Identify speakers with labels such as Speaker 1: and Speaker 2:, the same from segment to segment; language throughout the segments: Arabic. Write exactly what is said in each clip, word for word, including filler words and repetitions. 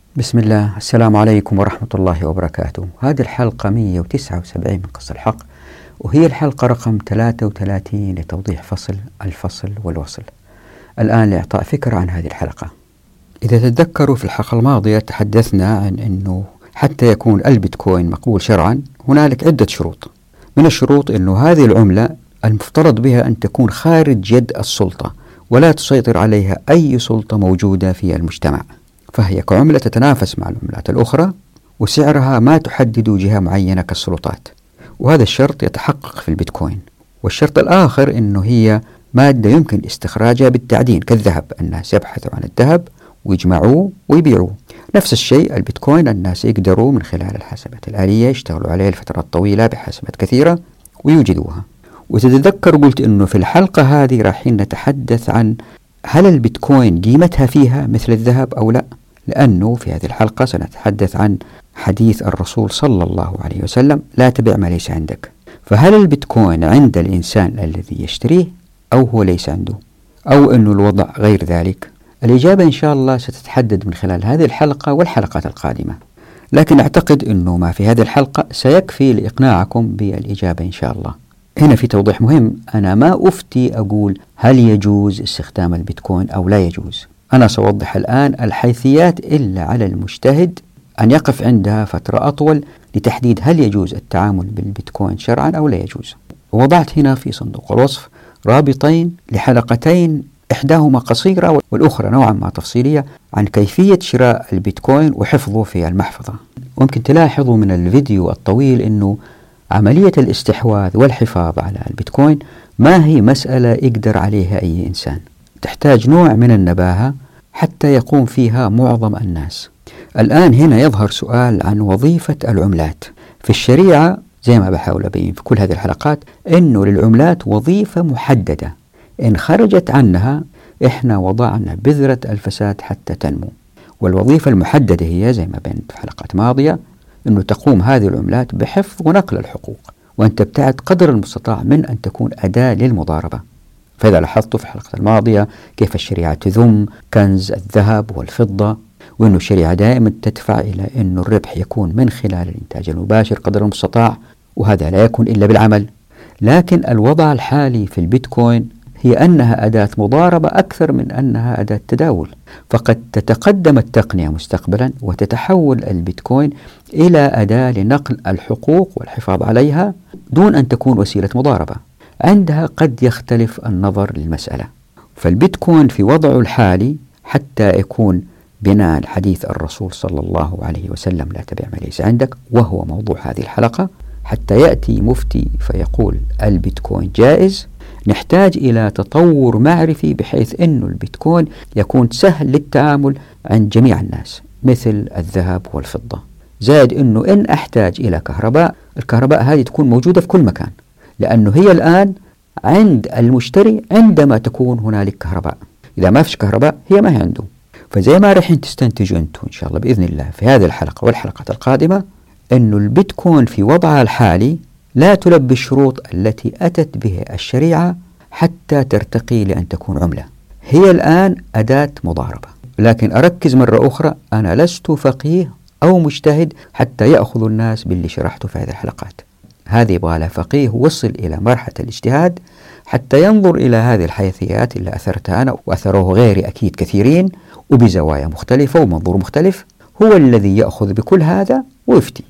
Speaker 1: بسم الله، السلام عليكم ورحمة الله وبركاته. هذه الحلقة مئة وتسعة وسبعين من قص الحق، وهي الحلقة رقم ثلاثة وثلاثين لتوضيح فصل الفصل والوصل. الآن لإعطاء فكرة عن هذه الحلقة. إذا تتذكروا في الحلقة الماضية تحدثنا عن أنه حتى يكون البيتكوين مقبول شرعا هنالك عدة شروط. من الشروط أنه هذه العملة المفترض بها أن تكون خارج يد السلطة ولا تسيطر عليها أي سلطة موجودة في المجتمع، فهي كعملة تتنافس مع العملات الأخرى، وسعرها ما تحدد جهة معينة كالسلطات، وهذا الشرط يتحقق في البيتكوين. والشرط الآخر أنه هي مادة يمكن استخراجها بالتعدين كالذهب، الناس يبحثوا عن الذهب ويجمعوه ويبيعوه. نفس الشيء البيتكوين، الناس يقدروا من خلال الحاسبات الآلية يشتغلوا عليه لفترات طويلة بحاسبات كثيرة ويوجدوها. وتتذكر قلت أنه في الحلقة هذه رايحين نتحدث عن هل البيتكوين قيمتها فيها مثل الذهب أو لا، لأنه في هذه الحلقة سنتحدث عن حديث الرسول صلى الله عليه وسلم: لا تبع ما ليس عندك. فهل البيتكوين عند الإنسان الذي يشتريه أو هو ليس عنده، أو أنه الوضع غير ذلك؟ الإجابة إن شاء الله ستتحدد من خلال هذه الحلقة والحلقات القادمة، لكن أعتقد أنه ما في هذه الحلقة سيكفي لإقناعكم بالإجابة إن شاء الله. هنا في توضيح مهم، أنا ما أفتي أقول هل يجوز استخدام البيتكوين أو لا يجوز. أنا سأوضح الآن الحيثيات إلا على المجتهد أن يقف عندها فترة أطول لتحديد هل يجوز التعامل بالبيتكوين شرعا أو لا يجوز. ووضعت هنا في صندوق الوصف رابطين لحلقتين، إحداهما قصيرة والأخرى نوعا ما تفصيلية، عن كيفية شراء البيتكوين وحفظه في المحفظة. وممكن تلاحظوا من الفيديو الطويل أنه عملية الاستحواذ والحفاظ على البيتكوين ما هي مسألة يقدر عليها أي إنسان، تحتاج نوع من النباهة حتى يقوم فيها معظم الناس. الآن هنا يظهر سؤال عن وظيفة العملات في الشريعة. زي ما بحاول أبين في كل هذه الحلقات أنه للعملات وظيفة محددة، إن خرجت عنها إحنا وضعنا بذرة الفساد حتى تنمو. والوظيفة المحددة هي زي ما بينت في حلقات ماضية أنه تقوم هذه العملات بحفظ ونقل الحقوق، وأن تبتعد قدر المستطاع من أن تكون أداة للمضاربة. فإذا لاحظتوا في الحلقة الماضية كيف الشريعة تذم كنز الذهب والفضة، وأن الشريعة دائما تدفع إلى أن الربح يكون من خلال الإنتاج المباشر قدر المستطاع، وهذا لا يكون إلا بالعمل. لكن الوضع الحالي في البيتكوين هي أنها أداة مضاربة أكثر من أنها أداة تداول، فقد تتقدم التقنية مستقبلا وتتحول البيتكوين إلى أداة لنقل الحقوق والحفاظ عليها دون أن تكون وسيلة مضاربة. عندها قد يختلف النظر للمسألة. فالبيتكوين في وضعه الحالي حتى يكون بناء حديث الرسول صلى الله عليه وسلم: لا تبع ما ليس عندك، وهو موضوع هذه الحلقة، حتى يأتي مفتي فيقول البيتكوين جائز، نحتاج إلى تطور معرفي بحيث أن البيتكوين يكون سهل للتعامل عند جميع الناس مثل الذهب والفضة. زائد أنه إن أحتاج إلى كهرباء، الكهرباء هذه تكون موجودة في كل مكان، لأنه هي الآن عند المشتري عندما تكون هنالك كهرباء. إذا ما فيش كهرباء هي ما هي عنده. فزي ما رح تستنتجوا أنتم إن شاء الله بإذن الله في هذه الحلقة والحلقات القادمة، أنه البيتكوين في وضعها الحالي لا تلبي الشروط التي أتت به الشريعة حتى ترتقي لأن تكون عملة. هي الآن أداة مضاربة. لكن أركز مرة أخرى، أنا لست فقيه أو مجتهد حتى يأخذ الناس باللي شرحته في هذه الحلقات. هذه يبغى لها فقيه وصل إلى مرحلة الاجتهاد حتى ينظر إلى هذه الحيثيات اللي أثرتها أنا وأثروه غيري أكيد كثيرين، وبزوايا مختلفة ومنظور مختلف، هو الذي يأخذ بكل هذا ويفتي.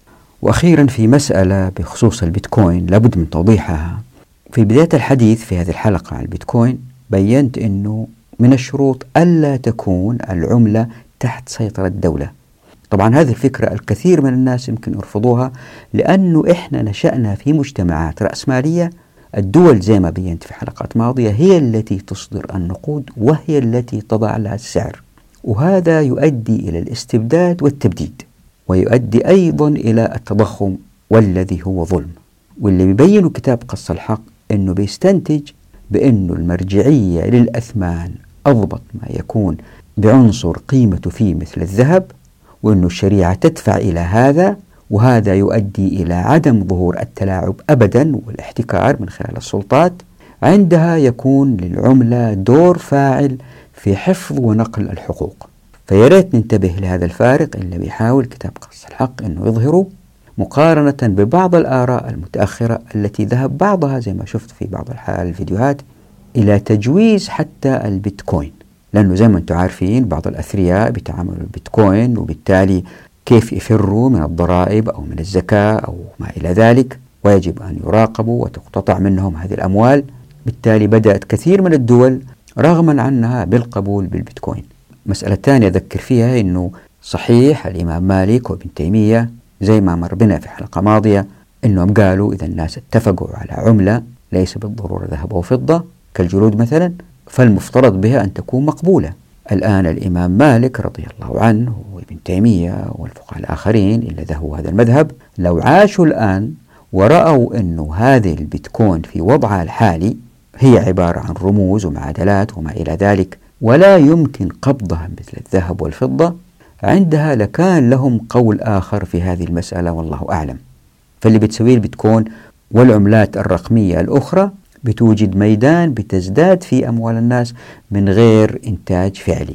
Speaker 1: وأخيرا في مسألة بخصوص البيتكوين لابد من توضيحها. في بداية الحديث في هذه الحلقة عن البيتكوين بيّنت أنه من الشروط ألا تكون العملة تحت سيطرة الدولة. طبعا هذه الفكرة الكثير من الناس يمكن يرفضوها، لأنه إحنا نشأنا في مجتمعات رأسمالية. الدول زي ما بيّنت في حلقات ماضية هي التي تصدر النقود وهي التي تضع لها السعر، وهذا يؤدي إلى الاستبداد والتبديد، ويؤدي أيضا إلى التضخم والذي هو ظلم. واللي بيبينه كتاب قص الحق أنه بيستنتج بأنه المرجعية للأثمان أضبط ما يكون بعنصر قيمته فيه مثل الذهب، وأنه الشريعة تدفع إلى هذا، وهذا يؤدي إلى عدم ظهور التلاعب أبدا والاحتكار من خلال السلطات. عندها يكون للعملة دور فاعل في حفظ ونقل الحقوق. فياريت ننتبه لهذا الفارق اللي بيحاول كتاب قص الحق أنه يظهره مقارنة ببعض الآراء المتأخرة التي ذهب بعضها زي ما شفت في بعض الفيديوهات إلى تجويز حتى البيتكوين، لأنه زي ما أنتم عارفين بعض الأثرياء بيتعاملوا البيتكوين وبالتالي كيف يفروا من الضرائب أو من الزكاة أو ما إلى ذلك، ويجب أن يراقبوا وتقتطع منهم هذه الأموال. بالتالي بدأت كثير من الدول رغما عنها بالقبول بالبيتكوين. مسألة ثانية أذكر فيها أنه صحيح الإمام مالك وابن تيمية زي ما مر بنا في حلقة ماضية أنهم قالوا إذا الناس اتفقوا على عملة ليس بالضرورة ذهب أو فضة كالجلود مثلا فالمفترض بها أن تكون مقبولة. الآن الإمام مالك رضي الله عنه وابن تيمية والفقهاء الآخرين اللي ذهبوا هذا المذهب لو عاشوا الآن ورأوا أنه هذه البيتكوين في وضعها الحالي هي عبارة عن رموز ومعادلات وما إلى ذلك ولا يمكن قبضها مثل الذهب والفضة، عندها لكان لهم قول آخر في هذه المسألة والله أعلم. فاللي بتسويه البيتكوين والعملات الرقمية الأخرى بتوجد ميدان بتزداد في أموال الناس من غير إنتاج فعلي،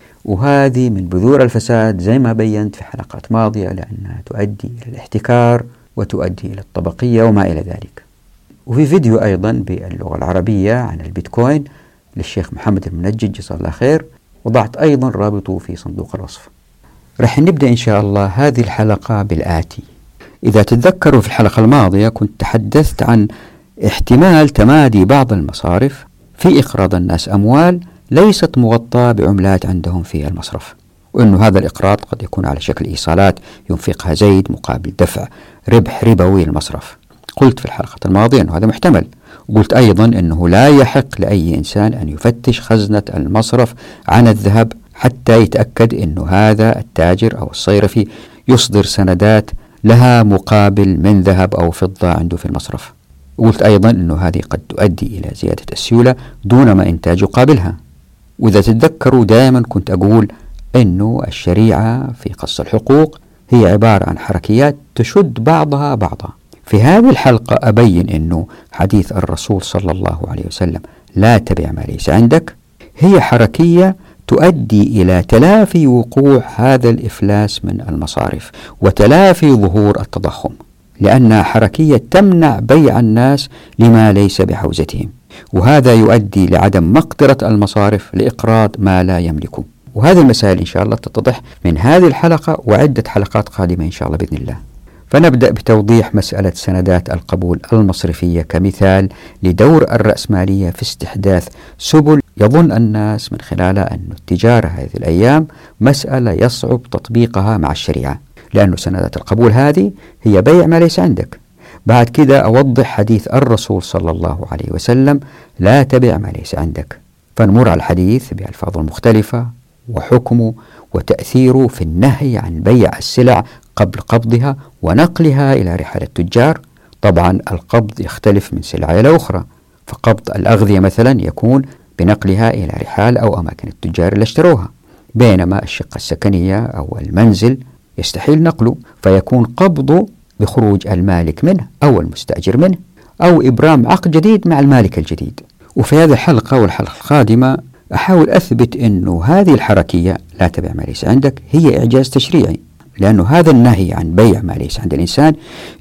Speaker 1: وهذه من بذور الفساد زي ما بينت في حلقات ماضية، لأنها تؤدي إلى الاحتكار وتؤدي إلى الطبقية وما إلى ذلك. وفي فيديو أيضا باللغة العربية عن البيتكوين للشيخ محمد المنجد جزاه الله خير، وضعت أيضا رابطه في صندوق الوصف. رح نبدأ إن شاء الله هذه الحلقة بالآتي. إذا تتذكروا في الحلقة الماضية كنت تحدثت عن احتمال تمادي بعض المصارف في إقراض الناس أموال ليست مغطاة بعملات عندهم في المصرف، وأنه هذا الإقراض قد يكون على شكل إيصالات ينفقها زيد مقابل دفع ربح ربوي للمصرف. قلت في الحلقة الماضية أنه هذا محتمل، وقلت أيضا أنه لا يحق لأي إنسان أن يفتش خزنة المصرف عن الذهب حتى يتأكد أنه هذا التاجر أو الصيرفي يصدر سندات لها مقابل من ذهب أو فضة عنده في المصرف. وقلت أيضا أنه هذه قد تؤدي إلى زيادة السيولة دون ما إنتاج يقابلها. وإذا تتذكروا دائما كنت أقول أنه الشريعة في قص الحقوق هي عبارة عن حركيات تشد بعضها بعضا. في هذه الحلقة أبين أنه حديث الرسول صلى الله عليه وسلم لا تبع ما ليس عندك هي حركية تؤدي إلى تلافي وقوع هذا الإفلاس من المصارف وتلافي ظهور التضخم، لأنها حركية تمنع بيع الناس لما ليس بحوزتهم، وهذا يؤدي لعدم مقدرة المصارف لإقراض ما لا يملكه. وهذه المسائل إن شاء الله تتضح من هذه الحلقة وعدة حلقات قادمة إن شاء الله بإذن الله. فنبدأ بتوضيح مسألة سندات القبول المصرفية كمثال لدور الرأسمالية في استحداث سبل يظن الناس من خلالها أن التجارة هذه الأيام مسألة يصعب تطبيقها مع الشريعة، لأن سندات القبول هذه هي بيع ما ليس عندك. بعد كده أوضح حديث الرسول صلى الله عليه وسلم لا تبع ما ليس عندك، فنمر على الحديث بألفاظ مختلفة وحكمه وتأثيره في النهي عن بيع السلع قبل قبضها ونقلها إلى رحال التجار. طبعا القبض يختلف من سلعة إلى أخرى، فقبض الأغذية مثلا يكون بنقلها إلى رحال أو أماكن التجار اللي اشتروها، بينما الشقة السكنية أو المنزل يستحيل نقله، فيكون قبضه بخروج المالك منه أو المستأجر منه أو إبرام عقد جديد مع المالك الجديد. وفي هذه الحلقة والحلقة القادمة أحاول أثبت أنه هذه الحركية لا تبع ما ليس عندك هي إعجاز تشريعي، لأنه هذا النهي عن بيع ما ليس عند الإنسان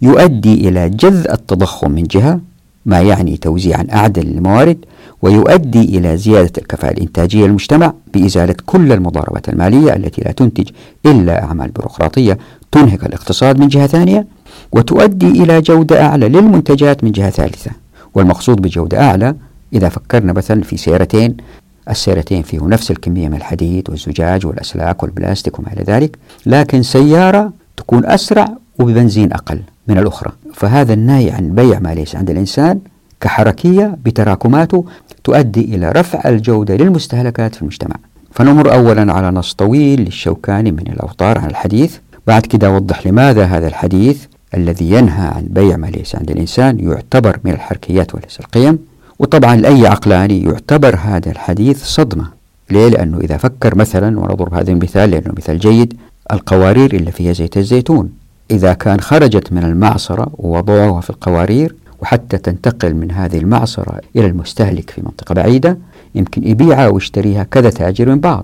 Speaker 1: يؤدي إلى جذب التضخم من جهة، ما يعني توزيعا أعدل للموارد، ويؤدي إلى زيادة الكفاءة الإنتاجية للمجتمع بإزالة كل المضاربات المالية التي لا تنتج إلا أعمال بيروقراطية تنهك الاقتصاد من جهة ثانية، وتؤدي إلى جودة أعلى للمنتجات من جهة ثالثة. والمقصود بجودة أعلى إذا فكرنا مثلا في سيارتين، السيارتين فيه نفس الكمية من الحديد والزجاج والأسلاك والبلاستيك وما إلى ذلك، لكن سيارة تكون أسرع وببنزين أقل من الأخرى، فهذا النهي عن بيع ما ليس عند الإنسان كحركية بتراكماته تؤدي إلى رفع الجودة للمستهلكات في المجتمع. فنمر أولا على نص طويل للشوكاني من الأوطار عن الحديث، بعد كده أوضح لماذا هذا الحديث الذي ينهى عن بيع ما ليس عند الإنسان يعتبر من الحركيات وليس القيم. وطبعا لأي عقلاني يعتبر هذا الحديث صدمة. ليه؟ لأنه إذا فكر مثلا، ونضرب هذا المثال لأنه مثال جيد، القوارير اللي فيها زيت الزيتون إذا كان خرجت من المعصرة ووضعوها في القوارير وحتى تنتقل من هذه المعصرة إلى المستهلك في منطقة بعيدة، يمكن يبيعها ويشتريها كذا تاجر من بعض،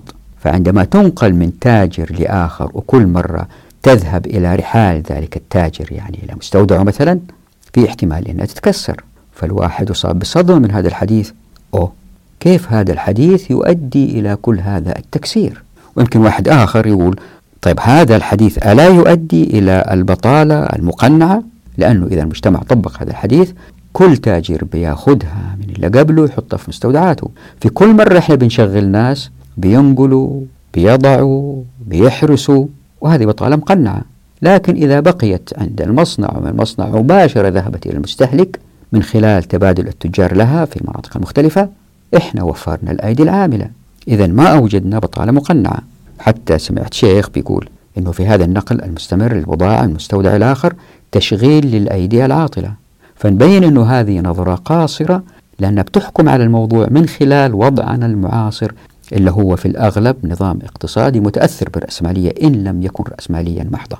Speaker 1: فعندما تنقل من تاجر لآخر وكل مرة تذهب إلى رحال ذلك التاجر يعني إلى مستودعه مثلا، في احتمال أنها تتكسر. فالواحد يصاب بصدمة من هذا الحديث، أوه كيف هذا الحديث يؤدي إلى كل هذا التكسير؟ ويمكن واحد آخر يقول طيب هذا الحديث ألا يؤدي إلى البطالة المقنعة؟ لأنه إذا المجتمع طبق هذا الحديث كل تاجر بياخدها من اللي قبله يحطها في مستودعاته. في كل مرة إحنا بنشغل ناس بينقلوا بيضعوا بيحرسوا، وهذه بطالة مقنعة. لكن إذا بقيت عند المصنع ومن المصنع مباشرة ذهبت إلى المستهلك من خلال تبادل التجار لها في المناطق المختلفة، إحنا وفرنا الأيدي العاملة، إذا ما أوجدنا بطالة مقنعة. حتى سمعت شيخ بيقول إنه في هذا النقل المستمر للبضاعة من مستودع الآخر تشغيل للأيدي العاطلة. فنبين إنه هذه نظرة قاصرة، لأنها بتحكم على الموضوع من خلال وضعنا المعاصر اللي هو في الأغلب نظام اقتصادي متأثر بالرأسمالية إن لم يكن رأسماليا محضة.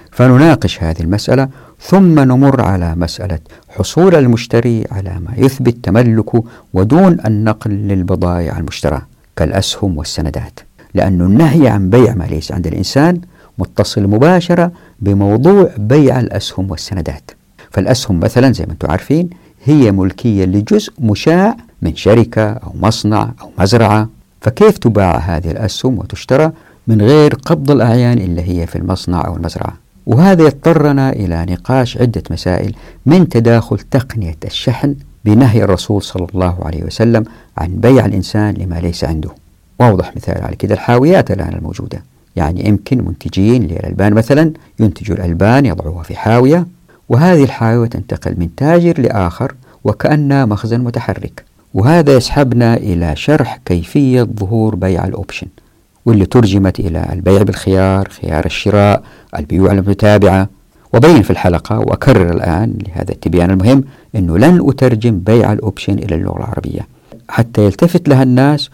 Speaker 1: فنناقش هذه المسألة ثم نمر على مسألة حصول المشتري على ما يثبت تملكه ودون النقل للبضائع المشترى كالأسهم والسندات، لأن النهي عن بيع ما ليس عند الإنسان متصل مباشرة بموضوع بيع الأسهم والسندات. فالأسهم مثلا زي ما أنتم عارفين هي ملكية لجزء مشاع من شركة أو مصنع أو مزرعة، فكيف تباع هذه الأسهم وتشترى من غير قبض الأعيان اللي هي في المصنع أو المزرعة؟ وهذا يضطرنا إلى نقاش عدة مسائل، من تداخل تقنية الشحن بنهي الرسول صلى الله عليه وسلم عن بيع الإنسان لما ليس عنده. واضح مثال على كده الحاويات الآن الموجودة، يعني يمكن منتجين للألبان مثلا ينتجوا الألبان يضعوها في حاوية، وهذه الحاوية تنتقل من تاجر لآخر وكأنها مخزن متحرك. وهذا يسحبنا إلى شرح كيفية ظهور بيع الأوبشن، واللي ترجمت إلى البيع بالخيار، خيار الشراء، البيوع المتتابعة. وبين في الحلقة وأكرر الآن لهذا التبيان المهم أنه لن أترجم بيع الأوبشن إلى اللغة العربية حتى يلتفت لها الناس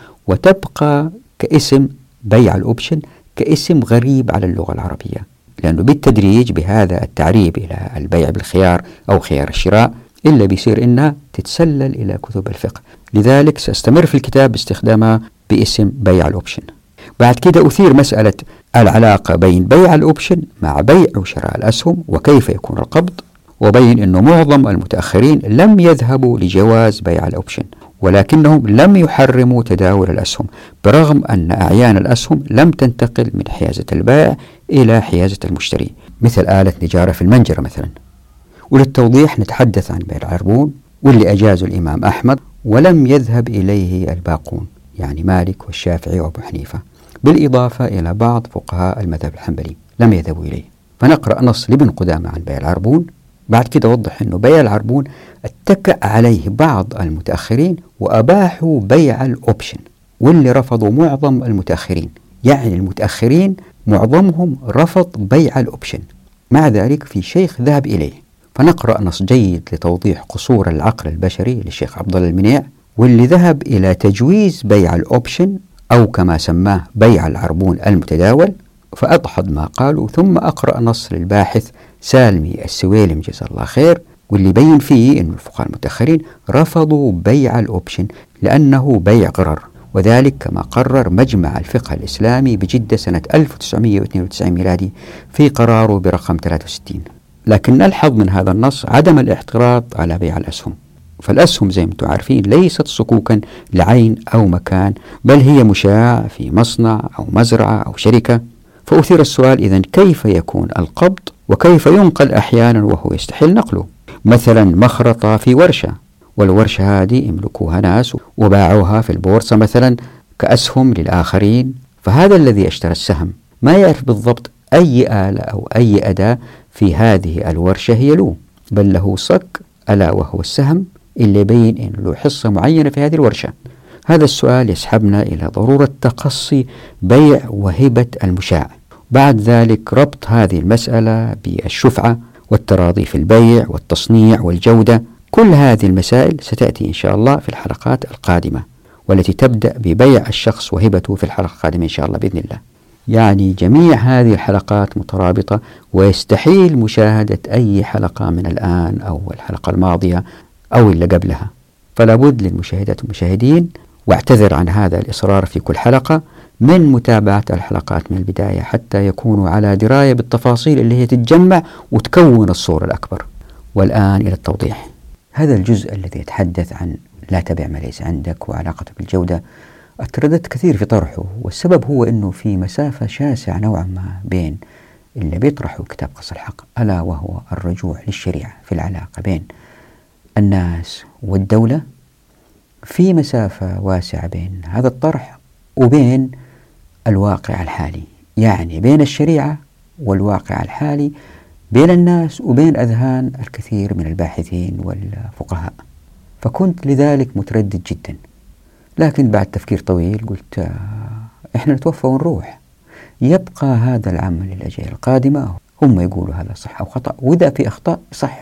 Speaker 1: وتبقى كاسم بيع الأوبشن كاسم غريب على اللغة العربية، لأنه بالتدريج بهذا التعريب إلى البيع بالخيار أو خيار الشراء إلا بيصير إنها تتسلل إلى كتب الفقه. لذلك سأستمر في الكتاب باستخدامها باسم بيع الأوبشن. بعد كده أثير مسألة العلاقة بين بيع الأوبشن مع بيع وشراء الأسهم وكيف يكون القبض، وبين أنه معظم المتأخرين لم يذهبوا لجواز بيع الأوبشن، ولكنهم لم يحرموا تداول الأسهم برغم أن أعيان الأسهم لم تنتقل من حيازة البائع إلى حيازة المشتري، مثل آلة نجارة في المنجرة مثلا. وللتوضيح نتحدث عن بيع العربون واللي أجازه الإمام أحمد ولم يذهب إليه الباقون، يعني مالك والشافعي وأبو حنيفة، بالإضافة إلى بعض فقهاء المذهب الحنبلي لم يذهبوا إليه. فنقرأ نص لابن قدامة عن بيع العربون، بعد كده وضح أنه بيع العربون اتكأ عليه بعض المتأخرين وأباحوا بيع الأوبشن، واللي رفضوا معظم المتأخرين، يعني المتأخرين معظمهم رفض بيع الأوبشن، مع ذلك في شيخ ذهب إليه. فنقرأ نص جيد لتوضيح قصور العقل البشري للشيخ عبد الله المنيع، واللي ذهب إلى تجويز بيع الأوبشن أو كما سماه بيع العربون المتداول، فأدحض ما قالوا. ثم أقرأ نص للباحث سالمي السويلم جزاه الله خير، واللي بين فيه أن الفقهاء المتأخرين رفضوا بيع الأوبشن لأنه بيع غرر، وذلك كما قرر مجمع الفقه الإسلامي بجدة سنة ألف وتسعمئة واثنين وتسعين ميلادي في قراره برقم ثلاثة وستين. لكن نلحظ من هذا النص عدم الاعتراض على بيع الأسهم. فالأسهم زي ما انتم عارفين ليست صكوكا لعين أو مكان، بل هي مشاع في مصنع أو مزرعة أو شركة. فأثير السؤال إذن كيف يكون القبض وكيف ينقل أحيانا وهو يستحيل نقله؟ مثلا مخرطة في ورشة، والورشة هذه يملكوها ناس وباعوها في البورصة مثلا كأسهم للآخرين، فهذا الذي اشترى السهم ما يعرف بالضبط أي آلة أو أي أداة في هذه الورشة هي له، بل له صك ألا وهو السهم اللي يبين أن له حصة معينة في هذه الورشة. هذا السؤال يسحبنا إلى ضرورة تقصي بيع وهبة المشاع، بعد ذلك ربط هذه المسألة بالشفعة والتراضي في البيع والتصنيع والجودة. كل هذه المسائل ستأتي إن شاء الله في الحلقات القادمة، والتي تبدأ ببيع الشخص وهبته في الحلقة القادمة إن شاء الله بإذن الله. يعني جميع هذه الحلقات مترابطة، ويستحيل مشاهدة أي حلقة من الآن أو الحلقة الماضية أو اللي قبلها. فلا بد للمشاهدات والمشاهدين، واعتذر عن هذا الإصرار في كل حلقة، من متابعة الحلقات من البداية حتى يكونوا على دراية بالتفاصيل اللي هي تتجمع وتكون الصورة الأكبر. والآن إلى التوضيح. هذا الجزء الذي يتحدث عن لا تبع ما ليس عندك وعلاقته بالجودة أترددت كثير في طرحه، والسبب هو أنه في مسافة شاسعة نوعا ما بين اللي بيطرحه كتاب قص الحق، ألا وهو الرجوع للشريعة في العلاقة بين الناس والدولة. في مسافة واسعة بين هذا الطرح وبين الواقع الحالي، يعني بين الشريعة والواقع الحالي، بين الناس وبين أذهان الكثير من الباحثين والفقهاء. فكنت لذلك متردد جدا، لكن بعد تفكير طويل قلت آه إحنا نتوفى ونروح، يبقى هذا العمل للأجيال القادمة، هم يقولوا هذا صح أو خطأ، وإذا في أخطاء صح.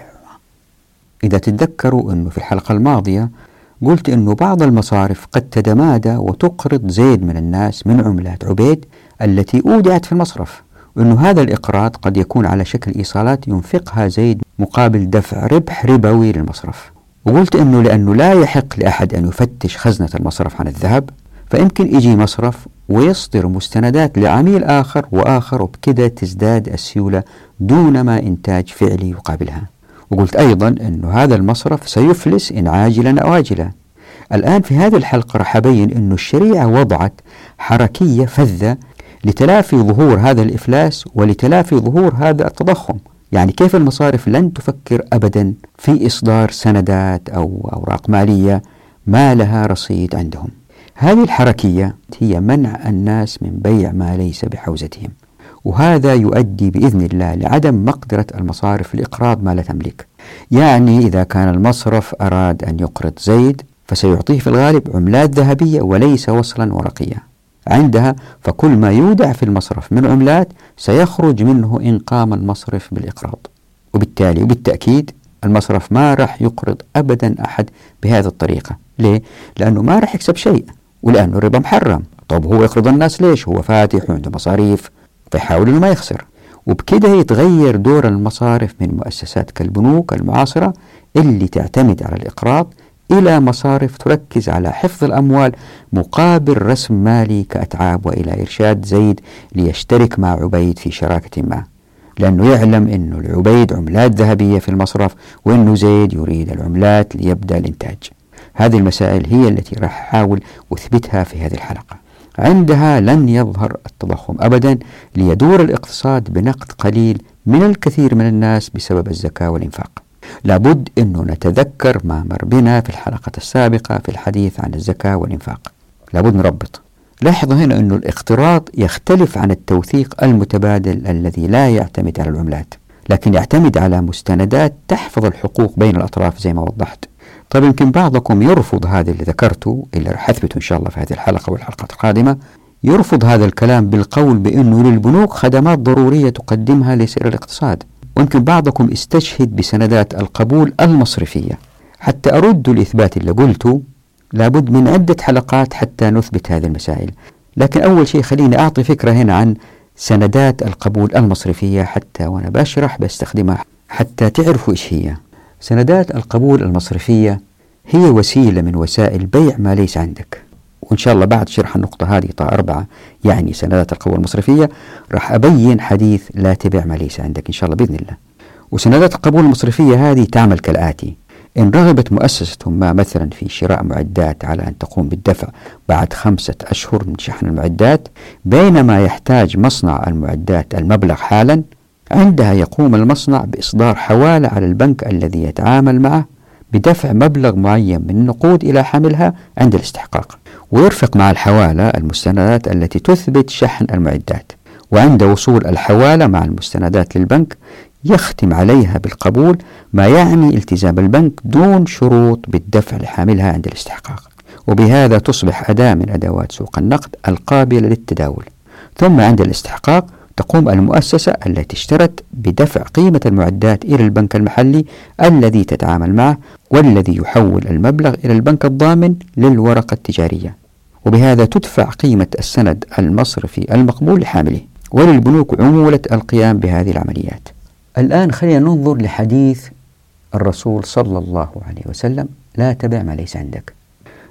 Speaker 1: إذا تتذكروا أنه في الحلقة الماضية قلت أنه بعض المصارف قد تتمادى وتقرض زيد من الناس من عملات عبيد التي أودعت في المصرف، وأنه هذا الإقراض قد يكون على شكل إيصالات ينفقها زيد مقابل دفع ربح ربوي للمصرف. وقلت أنه لأنه لا يحق لأحد أن يفتش خزنة المصرف عن الذهب، فيمكن يجي مصرف ويصدر مستندات لعميل آخر وآخر، وبكذا تزداد السيولة دون ما إنتاج فعلي يقابلها. وقلت أيضا أنه هذا المصرف سيفلس إن عاجلا أو آجلا. الآن في هذه الحلقة راح أبين أنه الشريعة وضعت حركية فذة لتلافي ظهور هذا الإفلاس ولتلافي ظهور هذا التضخم. يعني كيف المصارف لن تفكر أبدا في إصدار سندات أو أوراق مالية ما لها رصيد عندهم. هذه الحركية هي منع الناس من بيع ما ليس بحوزتهم، وهذا يؤدي بإذن الله لعدم مقدرة المصارف لإقراض ما لا تملك. يعني إذا كان المصرف أراد أن يقرض زيد فسيعطيه في الغالب عملات ذهبية وليس وصلا ورقية. عندها فكل ما يودع في المصرف من عملات سيخرج منه إن قام المصرف بالإقراض، وبالتالي وبالتأكيد المصرف ما راح يقرض أبدا أحد بهذه الطريقة. ليه؟ لأنه ما راح يكسب شيء، ولأنه الربا محرم. طب هو يقرض الناس ليش؟ هو فاتح وعنده مصاريف، فيحاول أنه ما يخسر. وبكده يتغير دور المصارف من مؤسسات كالبنوك المعاصرة اللي تعتمد على الإقراض إلى مصارف تركز على حفظ الأموال مقابل رسم مالي كأتعاب، وإلى إرشاد زيد ليشترك مع عبيد في شراكة ما، لأنه يعلم أنه العبيد عملات ذهبية في المصرف وأنه زيد يريد العملات ليبدأ الإنتاج. هذه المسائل هي التي راح أحاول أثبتها في هذه الحلقة. عندها لن يظهر التضخم أبدا، ليدور الاقتصاد بنقد قليل من الكثير من الناس بسبب الزكاة والإنفاق. لابد أنه نتذكر ما مر بنا في الحلقة السابقة في الحديث عن الزكاة والإنفاق. لابد نربط. لاحظ هنا أنه الاقتراض يختلف عن التوثيق المتبادل الذي لا يعتمد على العملات، لكن يعتمد على مستندات تحفظ الحقوق بين الأطراف زي ما وضحت. طيب يمكن بعضكم يرفض هذا اللي ذكرته، اللي رح أثبته إن شاء الله في هذه الحلقة والحلقات القادمة، يرفض هذا الكلام بالقول بأنه للبنوك خدمات ضرورية تقدمها لسير الاقتصاد. ويمكن بعضكم استشهد بسندات القبول المصرفية. حتى أرد الإثبات اللي قلته لابد من عدة حلقات حتى نثبت هذه المسائل، لكن أول شيء خليني أعطي فكرة هنا عن سندات القبول المصرفية، حتى وأنا بشرح بستخدمها حتى تعرفوا إيش هي. سندات القبول المصرفية هي وسيلة من وسائل بيع ما ليس عندك، وإن شاء الله بعد شرح النقطة هذه طاء أربعة يعني سندات القبول المصرفية راح أبين حديث لا تبع ما ليس عندك إن شاء الله بإذن الله. وسندات القبول المصرفية هذه تعمل كالآتي: إن رغبت مؤسسة ما مثلا في شراء معدات على أن تقوم بالدفع بعد خمسة أشهر من شحن المعدات، بينما يحتاج مصنع المعدات المبلغ حالا، عندها يقوم المصنع بإصدار حوالة على البنك الذي يتعامل معه بدفع مبلغ معين من النقود إلى حاملها عند الاستحقاق، ويرفق مع الحوالة المستندات التي تثبت شحن المعدات، وعند وصول الحوالة مع المستندات للبنك يختم عليها بالقبول، ما يعني التزام البنك دون شروط بالدفع لحاملها عند الاستحقاق، وبهذا تصبح أداة من أدوات سوق النقد القابلة للتداول. ثم عند الاستحقاق تقوم المؤسسة التي اشترت بدفع قيمة المعدات إلى البنك المحلي الذي تتعامل معه، والذي يحول المبلغ إلى البنك الضامن للورقة التجارية، وبهذا تدفع قيمة السند المصرفي المقبول لحامله، وللبنوك عمولة القيام بهذه العمليات. الآن خلينا ننظر لحديث الرسول صلى الله عليه وسلم: لا تبع ما ليس عندك.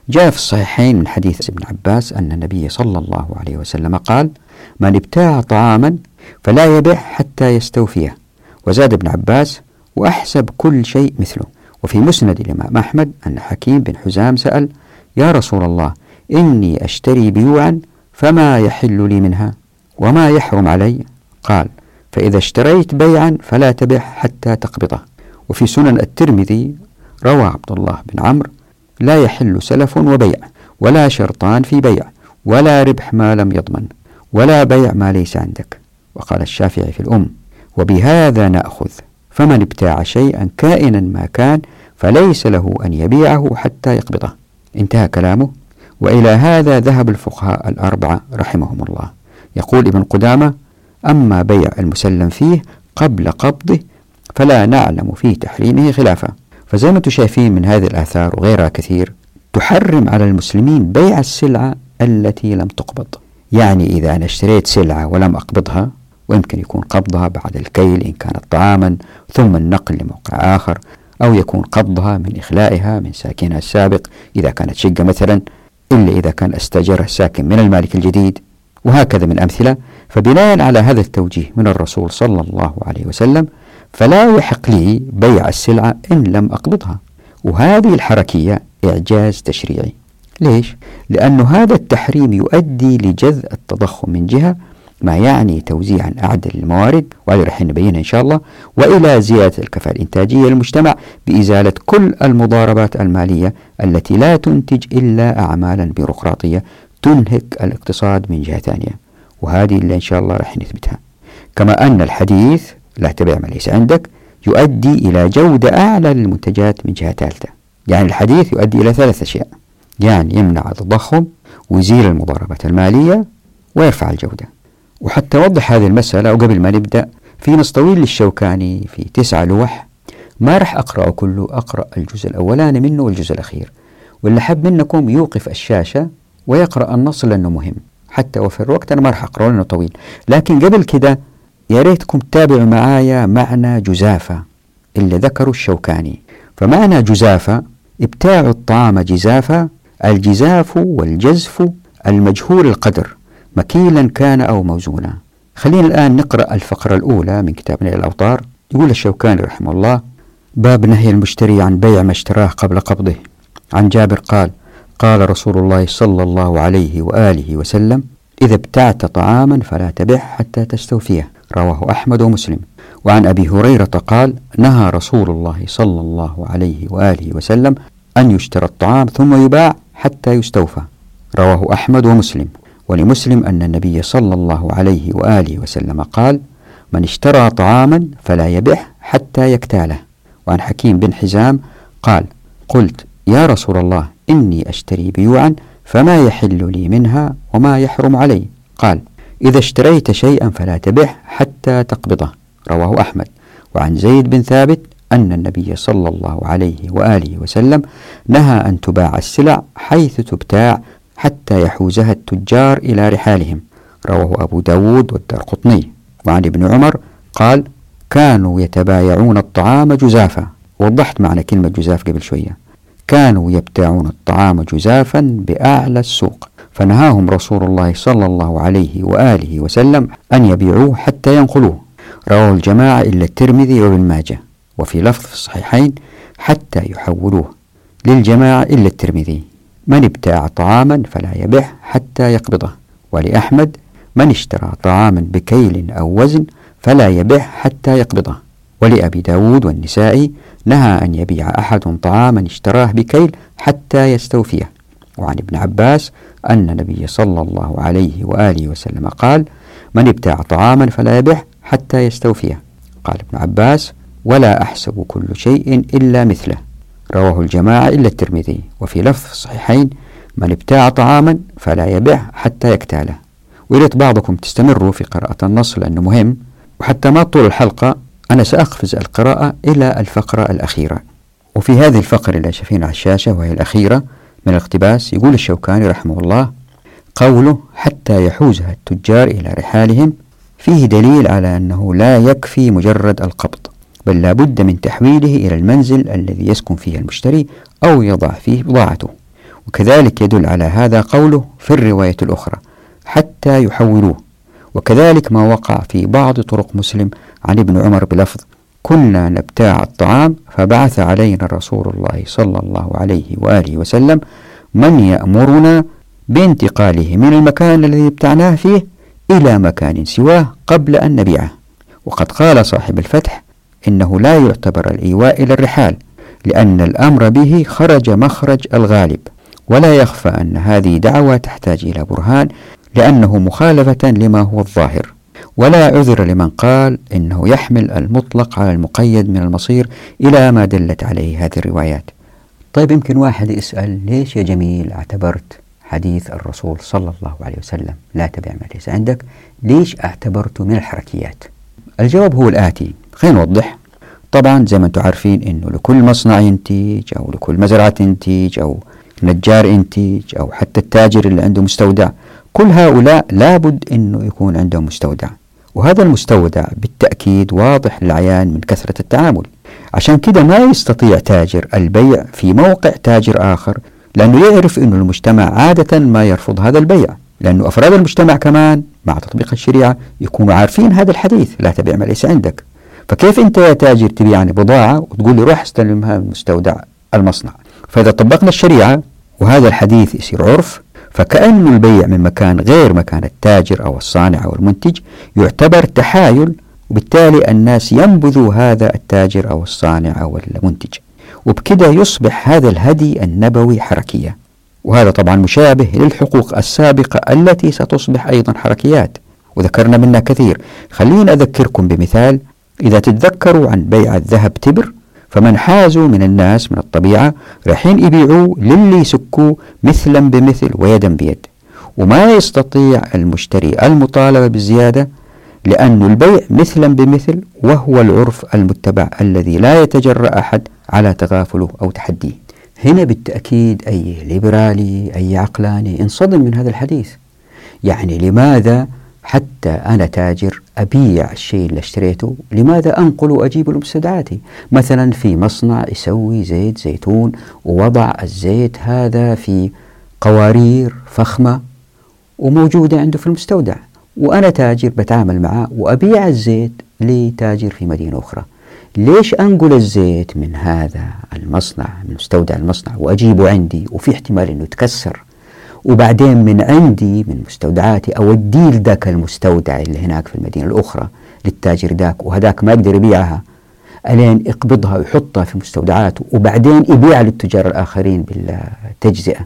Speaker 1: جاء في الصحيحين من حديث ابن عباس أن النبي صلى الله عليه وسلم قال: من ابتاع طعاما فلا يبع حتى يستوفيه. وزاد ابن عباس: وأحسب كل شيء مثله. وفي مسند الإمام أحمد أن حكيم بن حزام سأل: يا رسول الله، إني أشتري بيوعا فما يحل لي منها وما يحرم علي؟ قال: فإذا اشتريت بيعا فلا تبع حتى تقبضه. وفي سنن الترمذي روى عبد الله بن عمرو: لا يحل سلف وبيع، ولا شرطان في بيع، ولا ربح ما لم يضمن، ولا بيع ما ليس عندك. وقال الشافعي في الأم: وبهذا نأخذ، فمن ابتاع شيئا كائنا ما كان فليس له أن يبيعه حتى يقبضه. انتهى كلامه. وإلى هذا ذهب الفقهاء الأربعة رحمهم الله. يقول ابن قدامة: أما بيع المسلم فيه قبل قبضه فلا نعلم في تحريمه خلافا. فزي ما انتم شايفين من هذه الآثار وغيرها كثير تحرم على المسلمين بيع السلعة التي لم تقبض. يعني إذا أنا اشتريت سلعة ولم أقبضها، ويمكن يكون قبضها بعد الكيل إن كانت طعاما ثم النقل لموقع آخر، أو يكون قبضها من إخلائها من ساكنها السابق إذا كانت شقة مثلا، إلا إذا كان استأجرها الساكن من المالك الجديد، وهكذا من أمثلة. فبناء على هذا التوجيه من الرسول صلى الله عليه وسلم فلا يحق لي بيع السلعة إن لم أقبضها. وهذه الحركية إعجاز تشريعي. ليش؟ لأن هذا التحريم يؤدي لجذب التضخم من جهة، ما يعني توزيعا أعدل الموارد، وهذا رح نبينها إن شاء الله، وإلى زيادة الكفاءة الإنتاجية للمجتمع بإزالة كل المضاربات المالية التي لا تنتج إلا أعمالا بيروقراطية تنهك الاقتصاد من جهة ثانية، وهذه اللي إن شاء الله رح نثبتها. كما أن الحديث لا تبيع ما ليس عندك يؤدي إلى جودة أعلى للمنتجات من جهة ثالثة. يعني الحديث يؤدي إلى ثلاث أشياء: يعني يمنع التضخم، ويزيل المضاربات المالية، ويرفع الجودة. وحتى أوضح هذه المسألة وقبل ما نبدأ، في نص طويل للشوكاني في تسعة لوح، ما رح أقرأه كله، أقرأ الجزء الأولاني منه والجزء الأخير، واللي حب منكم يوقف الشاشة ويقرأ النص لأنه مهم. حتى وفي الوقت أنا ما رح أقرأه لأنه طويل، لكن قبل كده يا ريتكم تتابعوا معايا معنى جزافة اللي ذكروا الشوكاني. فمعنى جزافة: ابتاع الطعام جزافة، الجزاف والجزف المجهول القدر، مكيلا كان أو موزونا. خلينا الآن نقرأ الفقرة الأولى من كتاب نيل الأوطار. يقول الشوكاني رحمه الله: باب نهي المشتري عن بيع ما اشتراه قبل قبضه. عن جابر قال: قال رسول الله صلى الله عليه وآله وسلم: إذا ابتعت طعاما فلا تبع حتى تستوفيه. رواه أحمد ومسلم. وعن أبي هريرة قال: نهى رسول الله صلى الله عليه وآله وسلم أن يشترى الطعام ثم يباع حتى يستوفى. رواه أحمد ومسلم. ولمسلم أن النبي صلى الله عليه وآله وسلم قال: من اشترى طعاما فلا يبع حتى يكتاله. وعن حكيم بن حزام قال: قلت يا رسول الله إني أشتري بيوعا فما يحل لي منها وما يحرم علي؟ قال: إذا اشتريت شيئا فلا تبع حتى تقبضه. رواه أحمد. وعن زيد بن ثابت أن النبي صلى الله عليه وآله وسلم نهى أن تباع السلع حيث تبتاع حتى يحوزها التجار إلى رحالهم. رواه أبو داود والدارقطني. وعن ابن عمر قال: كانوا يتبايعون الطعام جزافا. وضحت معنى كلمة جزاف قبل شوية. كانوا يبتاعون الطعام جزافا بأعلى السوق، فنهاهم رسول الله صلى الله عليه وآله وسلم أن يبيعوه حتى ينقلوه. رواه الجماعة إلا الترمذي وابن ماجه. وفي لفظ في الصحيحين: حتى يحولوه. للجماعة إلا الترمذي: من ابتاع طعاما فلا يبع حتى يقبضه. ولأحمد: من اشترى طعاما بكيل أو وزن فلا يبع حتى يقبضه. ولأبي داود والنسائي: نهى أن يبيع أحد طعاما اشتراه بكيل حتى يستوفيه. وعن ابن عباس أن النبي صلى الله عليه وآله وسلم قال: من ابتاع طعاما فلا يبع حتى يستوفيه. قال ابن عباس: ولا أحسب كل شيء إلا مثله. رواه الجماعة إلا الترمذي. وفي لفظ الصحيحين: من ابتاع طعاما فلا يبع حتى يكتاله. ويريد بعضكم تستمروا في قراءة النص لأنه مهم. وحتى ما طول الحلقة أنا سأقفز القراءة إلى الفقرة الأخيرة. وفي هذه الفقرة اللي شايفين على الشاشة وهي الأخيرة من الاقتباس، يقول الشوكاني رحمه الله: قوله حتى يحوزها التجار إلى رحالهم فيه دليل على أنه لا يكفي مجرد القبض، بل لا بد من تحويله إلى المنزل الذي يسكن فيه المشتري أو يضع فيه بضاعته. وكذلك يدل على هذا قوله في الرواية الأخرى حتى يحولوه. وكذلك ما وقع في بعض طرق مسلم عن ابن عمر بلفظ كنا نبتاع الطعام فبعث علينا رسول الله صلى الله عليه وآله وسلم من يأمرنا بانتقاله من المكان الذي ابتعناه فيه إلى مكان سواه قبل أن نبيعه. وقد قال صاحب الفتح إنه لا يعتبر الإيواء إلى الرحال لأن الأمر به خرج مخرج الغالب، ولا يخفى أن هذه دعوة تحتاج إلى برهان لأنه مخالفة لما هو الظاهر، ولا عذر لمن قال إنه يحمل المطلق على المقيد من المصير إلى ما دلت عليه هذه الروايات. طيب يمكن واحد يسأل ليش يا جميل اعتبرت حديث الرسول صلى الله عليه وسلم لا تبع ما ليس عندك، ليش اعتبرته من الحركيات؟ الجواب هو الآتي، خلينا نوضح. طبعا زي ما انتم عارفين انه لكل مصنع ينتج او لكل مزرعة تنتج او نجار ينتج او حتى التاجر اللي عنده مستودع، كل هؤلاء لابد انه يكون عندهم مستودع، وهذا المستودع بالتأكيد واضح للعيان من كثرة التعامل. عشان كده ما يستطيع تاجر البيع في موقع تاجر آخر، لأنه يعرف أن المجتمع عادة ما يرفض هذا البيع، لأنه أفراد المجتمع كمان مع تطبيق الشريعة يكونوا عارفين هذا الحديث لا تبيع ما ليس عندك. فكيف أنت يا تاجر تبيعني بضاعة وتقول لي روح استلمها من مستودع المصنع؟ فإذا طبقنا الشريعة وهذا الحديث يصير عرف، فكأن البيع من مكان غير مكان التاجر أو الصانع أو المنتج يعتبر تحايل، وبالتالي الناس ينبذوا هذا التاجر أو الصانع أو المنتج، وبكده يصبح هذا الهدي النبوي حركية. وهذا طبعا مشابه للحقوق السابقة التي ستصبح أيضا حركيات وذكرنا منها كثير. خلينا أذكركم بمثال. إذا تتذكروا عن بيع الذهب تبر، فمن حازوا من الناس من الطبيعة رايحين يبيعوا للي يسكوه مثلا بمثل ويدا بيد، وما يستطيع المشتري المطالبة بالزيادة لأن البيع مثلا بمثل، وهو العرف المتبع الذي لا يتجرأ أحد على تغافله أو تحديه. هنا بالتأكيد أي ليبرالي أي عقلاني انصدم من هذا الحديث. يعني لماذا حتى أنا تاجر أبيع الشيء اللي اشتريته، لماذا أنقل وأجيب لمستودعاتي؟ مثلا في مصنع يسوي زيت زيتون ووضع الزيت هذا في قوارير فخمة وموجودة عنده في المستودع، وأنا تاجر بتعامل معه وأبيع الزيت لتاجر في مدينة أخرى. ليش أنقل الزيت من هذا المصنع من مستودع المصنع وأجيبه عندي وفي احتمال أنه يتكسر، وبعدين من عندي من مستودعاتي أوديه لذاك المستودع اللي هناك في المدينة الأخرى للتاجر ذاك، وهذاك ما يقدر يبيعها ألين يقبضها ويحطها في مستودعاته وبعدين يبيعها للتجار الآخرين بالتجزئة؟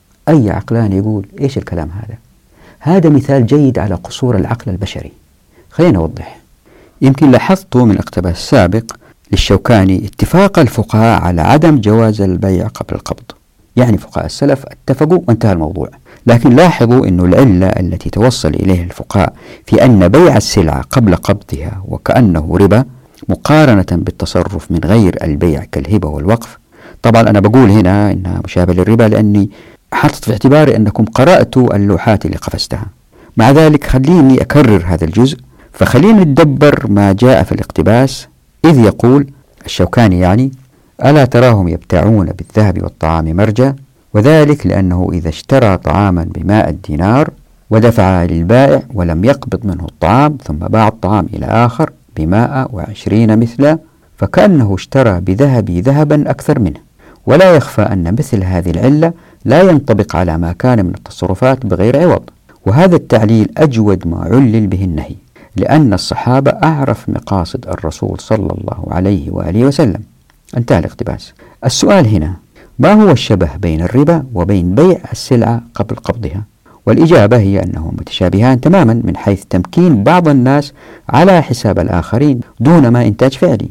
Speaker 1: أي عقلان يقول إيش الكلام هذا؟ هذا مثال جيد على قصور العقل البشري. خلينا نوضح. يمكن لاحظتوا من الاقتباس السابق للشوكاني اتفاق الفقهاء على عدم جواز البيع قبل القبض، يعني فقهاء السلف اتفقوا وانتهى الموضوع. لكن لاحظوا أن العلة التي توصل إليها الفقهاء في أن بيع السلعة قبل قبضها وكأنه ربا مقارنة بالتصرف من غير البيع كالهبة والوقف. طبعا أنا بقول هنا إنها مشابهة للربا لأني حطت في اعتباري أنكم قرأتوا اللوحات اللي قفزتها. مع ذلك خليني أكرر هذا الجزء، فخلينا ندبر ما جاء في الاقتباس، إذ يقول الشوكاني يعني: ألا تراهم يبتاعون بالذهب والطعام مرجا، وذلك لأنه إذا اشترى طعاما بمائة دينار ودفعها للبائع ولم يقبض منه الطعام ثم باع الطعام إلى آخر بمائة وعشرين مثلا، فكأنه اشترى بذهبي ذهبا أكثر منه. ولا يخفى أن مثل هذه العلة لا ينطبق على ما كان من التصرفات بغير عوض، وهذا التعليل أجود ما علل به النهي، لأن الصحابة أعرف مقاصد الرسول صلى الله عليه وآله وسلم. انتهى الاقتباس. السؤال هنا: ما هو الشبه بين الربا وبين بيع السلعة قبل قبضها؟ والإجابة هي أنهم متشابهان تماما من حيث تمكين بعض الناس على حساب الآخرين دون ما إنتاج فعلي،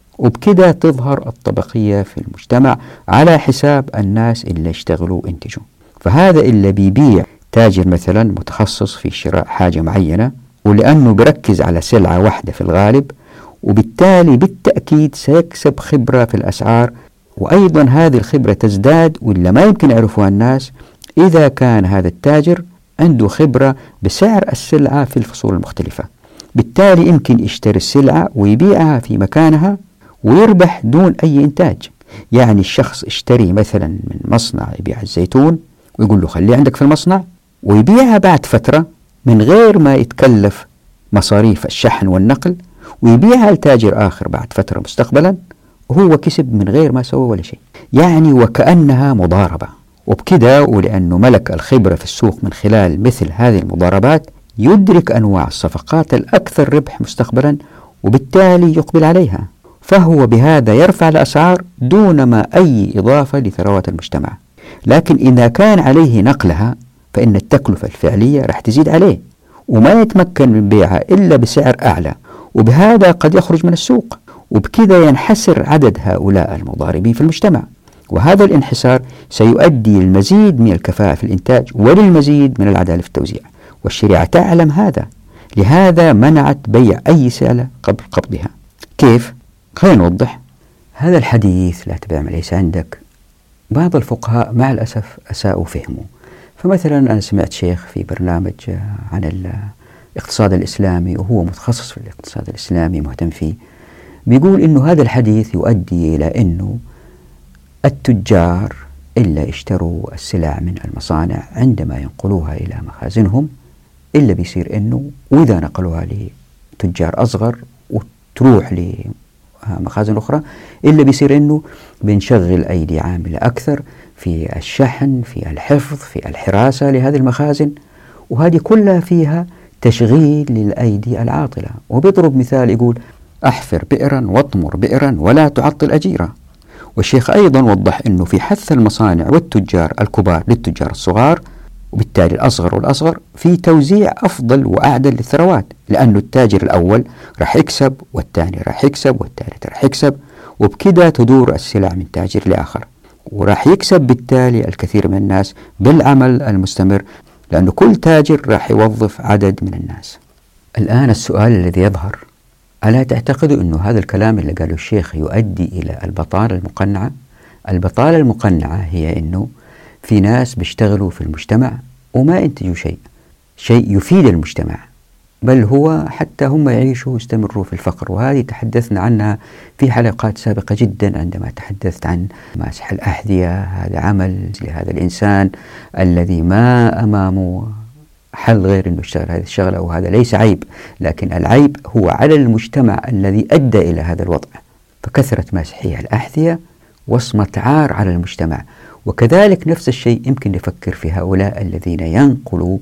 Speaker 1: وبكده تظهر الطبقية في المجتمع على حساب الناس اللي اشتغلوا وانتجوا. فهذا اللي بيبيع تاجر مثلا متخصص في شراء حاجة معينة، ولأنه بركز على سلعة واحدة في الغالب، وبالتالي بالتأكيد سيكسب خبرة في الأسعار، وأيضا هذه الخبرة تزداد ولا ما يمكن يعرفها الناس إذا كان هذا التاجر عنده خبرة بسعر السلعة في الفصول المختلفة. بالتالي يمكن يشتري السلعة ويبيعها في مكانها ويربح دون أي إنتاج. يعني الشخص اشتري مثلا من مصنع يبيع الزيتون ويقول له خليه عندك في المصنع، ويبيعها بعد فترة من غير ما يتكلف مصاريف الشحن والنقل، ويبيعها لتاجر آخر بعد فترة مستقبلا، وهو كسب من غير ما سوى ولا شيء. يعني وكأنها مضاربة. وبكده ولأنه ملك الخبرة في السوق من خلال مثل هذه المضاربات يدرك أنواع الصفقات الأكثر ربح مستقبلا، وبالتالي يقبل عليها، فهو بهذا يرفع الأسعار دون ما أي إضافة لثروات المجتمع. لكن إذا كان عليه نقلها فإن التكلفة الفعلية راح تزيد عليه، وما يتمكن من بيعها إلا بسعر أعلى، وبهذا قد يخرج من السوق، وبكذا ينحسر عدد هؤلاء المضاربين في المجتمع. وهذا الانحسار سيؤدي للمزيد من الكفاءة في الإنتاج وللمزيد من العدالة في التوزيع، والشريعة تعلم هذا، لهذا منعت بيع أي سلعة قبل قبضها. كيف؟ خلينا نوضح. هذا الحديث لا تبيع ما ليس عندك، بعض الفقهاء مع الأسف أساءوا فهمه. فمثلا أنا سمعت شيخ في برنامج عن الاقتصاد الإسلامي، وهو متخصص في الاقتصاد الإسلامي مهتم فيه، بيقول إنه هذا الحديث يؤدي إلى إنه التجار إلا اشتروا السلع من المصانع عندما ينقلوها إلى مخازنهم، إلا بيصير إنه وإذا نقلوها لتجار أصغر وتروح لمخازن أخرى، إلا بيصير إنه بنشغل أيدي عاملة أكثر في الشحن، في الحفظ، في الحراسة لهذه المخازن، وهذه كلها فيها تشغيل للأيدي العاطلة. وبيضرب مثال يقول: أحفر بئرا واطمر بئرا ولا تعطل أجيرا. والشيخ أيضا وضح أنه في حث المصانع والتجار الكبار للتجار الصغار، وبالتالي الأصغر والأصغر، في توزيع أفضل وأعدل للثروات، لأنه التاجر الأول راح يكسب، والثاني راح يكسب، والثالث راح يكسب، وبكذا تدور السلع من تاجر لآخر، وراح يكسب بالتالي الكثير من الناس بالعمل المستمر، لأنه كل تاجر راح يوظف عدد من الناس. الآن السؤال الذي يظهر: ألا تعتقد أنه هذا الكلام اللي قاله الشيخ يؤدي إلى البطالة المقنعة؟ البطالة المقنعة هي أنه في ناس بيشتغلوا في المجتمع وما ينتجوا شيء شيء يفيد المجتمع، بل هو حتى هم يعيشوا ويستمروا في الفقر. وهذه تحدثنا عنها في حلقات سابقة جدا عندما تحدثت عن ماسح الأحذية. هذا عمل لهذا الإنسان الذي ما أمامه حل غير أنه يشتغل هذه الشغلة، وهذا ليس عيب، لكن العيب هو على المجتمع الذي أدى إلى هذا الوضع. فكثرة ماسحي الأحذية وصمة عار على المجتمع. وكذلك نفس الشيء يمكن نفكر في هؤلاء الذين ينقلوا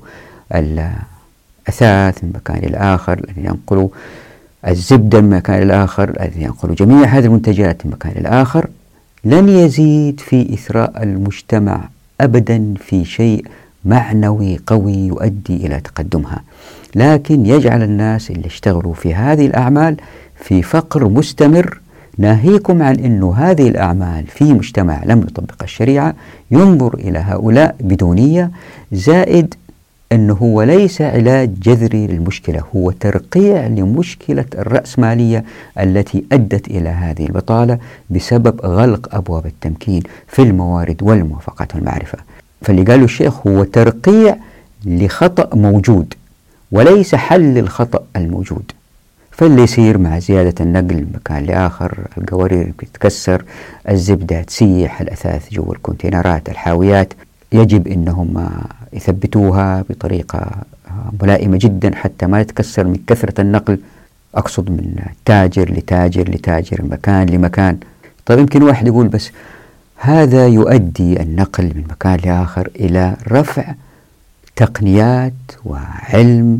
Speaker 1: الأثاث من مكان الآخر، الذين ينقلوا الزبدة من مكان الآخر، الذين ينقلوا جميع هذه المنتجات من مكان الآخر. لن يزيد في إثراء المجتمع أبدا في شيء معنوي قوي يؤدي إلى تقدمها، لكن يجعل الناس اللي اشتغلوا في هذه الأعمال في فقر مستمر. ناهيكم عن أنه هذه الأعمال في مجتمع لم يطبق الشريعة ينظر إلى هؤلاء بدونية، زائد أنه هو ليس علاج جذري للمشكلة، هو ترقيع لمشكلة الرأسمالية التي أدت إلى هذه البطالة بسبب غلق أبواب التمكين في الموارد والموافقة والمعرفة. فاللي قاله الشيخ هو ترقيع لخطأ موجود وليس حل للخطأ الموجود. فاللي يصير مع زيادة النقل من مكان لآخر، القوارير تتكسر، الزبدة تسيح، الأثاث جوا الكونتينرات، الحاويات، يجب أنهم يثبتوها بطريقة ملائمة جدا حتى ما يتكسر من كثرة النقل، أقصد من تاجر لتاجر لتاجر، مكان لمكان. طيب يمكن واحد يقول بس هذا يؤدي النقل من مكان لآخر إلى رفع تقنيات وعلم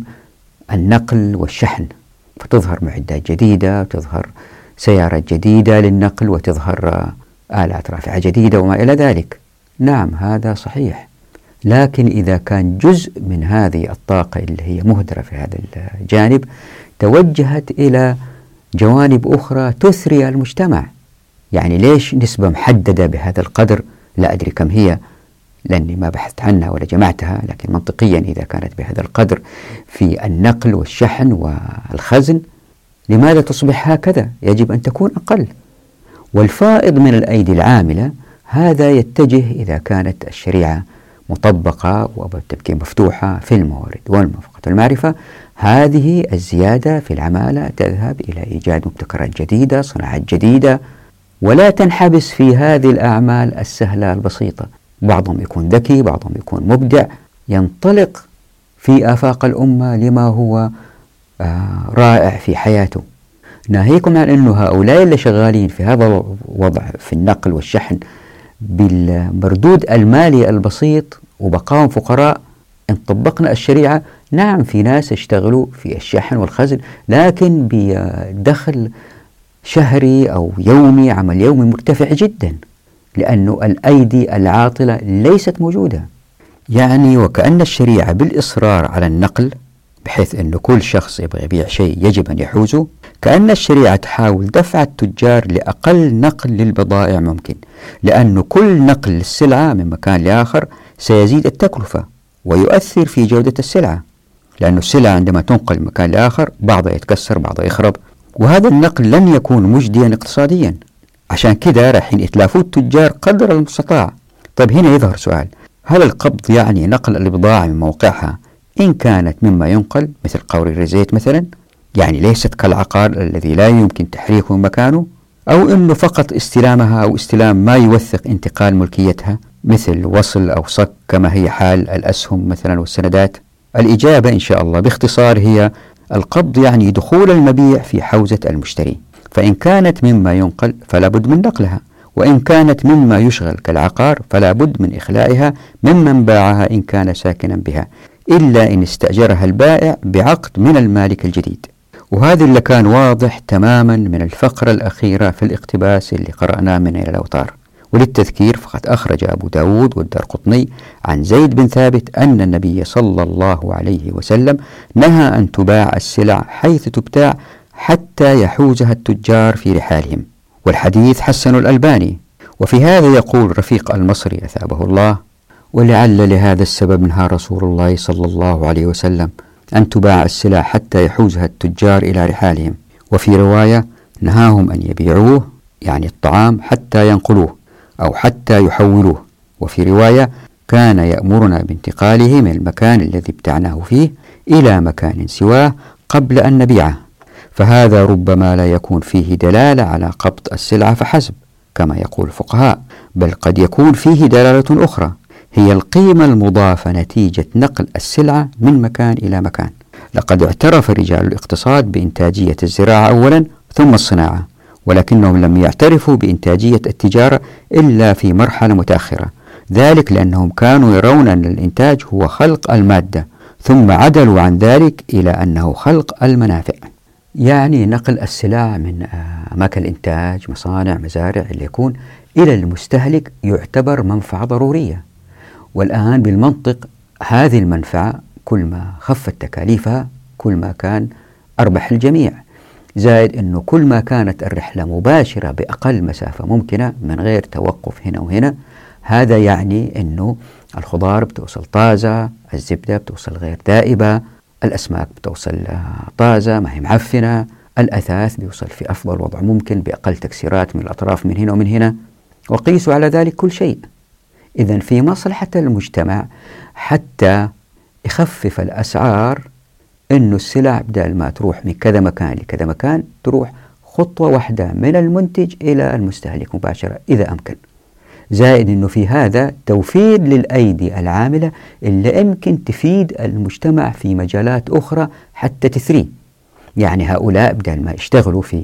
Speaker 1: النقل والشحن، فتظهر معدات جديدة، وتظهر سيارات جديدة للنقل، وتظهر آلات رافعة جديدة وما إلى ذلك. نعم هذا صحيح، لكن إذا كان جزء من هذه الطاقة اللي هي مهدرة في هذا الجانب توجهت إلى جوانب أخرى تثري المجتمع، يعني ليش نسبة محددة بهذا القدر؟ لا أدري كم هي لأني ما بحثت عنها ولا جمعتها، لكن منطقيا إذا كانت بهذا القدر في النقل والشحن والخزن، لماذا تصبح هكذا؟ يجب أن تكون أقل. والفائض من الأيدي العاملة هذا يتجه إذا كانت الشريعة مطبقة وأبواب التمكين مفتوحة في الموارد والموافقة والمعرفة، هذه الزيادة في العمالة تذهب إلى إيجاد مبتكرات جديدة، صناعات جديدة، ولا تنحبس في هذه الأعمال السهلة البسيطة. بعضهم يكون ذكي، بعضهم يكون مبدع، ينطلق في آفاق الأمة لما هو رائع في حياته. ناهيكم عن أن هؤلاء اللي شغالين في هذا الوضع في النقل والشحن بالمردود المالي البسيط وبقاهم فقراء، إن طبقنا الشريعة نعم في ناس يشتغلوا في الشحن والخزن لكن بدخل شهري أو يومي، عمل يومي مرتفع جدا، لأنه الأيدي العاطلة ليست موجودة. يعني وكأن الشريعة بالإصرار على النقل بحيث أن كل شخص يبغى يبيع شيء يجب أن يحوزه، كأن الشريعة تحاول دفع التجار لأقل نقل للبضائع ممكن، لأن كل نقل للسلعة من مكان لآخر سيزيد التكلفة ويؤثر في جودة السلعة، لأن السلعة عندما تنقل من مكان لآخر بعضها يتكسر بعضها يخرب، وهذا النقل لن يكون مجديا اقتصاديا. عشان كده رايحين يتلافوا التجار قدر المستطاع. طيب هنا يظهر سؤال، هل القبض يعني نقل البضاعة من موقعها إن كانت مما ينقل مثل قورير الزيت مثلا، يعني ليست كالعقار الذي لا يمكن تحريكه من مكانه، أو أنه فقط استلامها أو استلام ما يوثق انتقال ملكيتها مثل وصل أو صك كما هي حال الأسهم مثلا والسندات؟ الإجابة إن شاء الله باختصار هي القبض يعني دخول المبيع في حوزة المشتري، فإن كانت مما ينقل فلا بد من نقلها، وإن كانت مما يشغل كالعقار فلا بد من إخلائها ممن باعها إن كان ساكنا بها، إلا إن استأجرها البائع بعقد من المالك الجديد. وهذا اللي كان واضح تماما من الفقرة الأخيرة في الاقتباس اللي قرأناه من إلى الأوتار. وللتذكير فقد أخرج أبو داود والدارقطني عن زيد بن ثابت أن النبي صلى الله عليه وسلم نهى أن تباع السلع حيث تبتاع حتى يحوزها التجار في رحالهم، والحديث حسن الألباني. وفي هذا يقول رفيق المصري أثابه الله: ولعل لهذا السبب نهى رسول الله صلى الله عليه وسلم أن تباع السلع حتى يحوزها التجار إلى رحالهم. وفي رواية نهاهم أن يبيعوه يعني الطعام حتى ينقلوه أو حتى يحولوه. وفي رواية كان يأمرنا بانتقاله من المكان الذي ابتعناه فيه إلى مكان سواه قبل أن نبيعه، فهذا ربما لا يكون فيه دلالة على قبض السلعة فحسب كما يقول الفقهاء، بل قد يكون فيه دلالة أخرى هي القيمة المضافة نتيجة نقل السلعة من مكان إلى مكان. لقد اعترف رجال الاقتصاد بإنتاجية الزراعة أولا ثم الصناعة، ولكنهم لم يعترفوا بإنتاجية التجارة إلا في مرحلة متأخرة، ذلك لأنهم كانوا يرون أن الإنتاج هو خلق المادة، ثم عدلوا عن ذلك إلى أنه خلق المنافع. يعني نقل السلع من أماكن الإنتاج، مصانع، مزارع، اللي يكون إلى المستهلك يعتبر منفعة ضرورية. والآن بالمنطق هذه المنفعة كل ما خفت تكاليفها كل ما كان أربح الجميع، زائد أنه كل ما كانت الرحلة مباشرة بأقل مسافة ممكنة من غير توقف هنا وهنا، هذا يعني أنه الخضار بتوصل طازة، الزبدة بتوصل غير ذائبة، الأسماك بتوصل طازة ما هي معفنة، الأثاث بيوصل في أفضل وضع ممكن بأقل تكسيرات من الأطراف من هنا ومن هنا، وقيسوا على ذلك كل شيء. إذن في مصلحة المجتمع حتى يخفف الأسعار إنه السلع بدل ما تروح من كذا مكان لكذا مكان تروح خطوة واحدة من المنتج إلى المستهلك مباشرة إذا أمكن، زائد إنه في هذا توفير للأيدي العاملة اللي يمكن تفيد المجتمع في مجالات أخرى حتى تثري. يعني هؤلاء بدل ما يشتغلوا في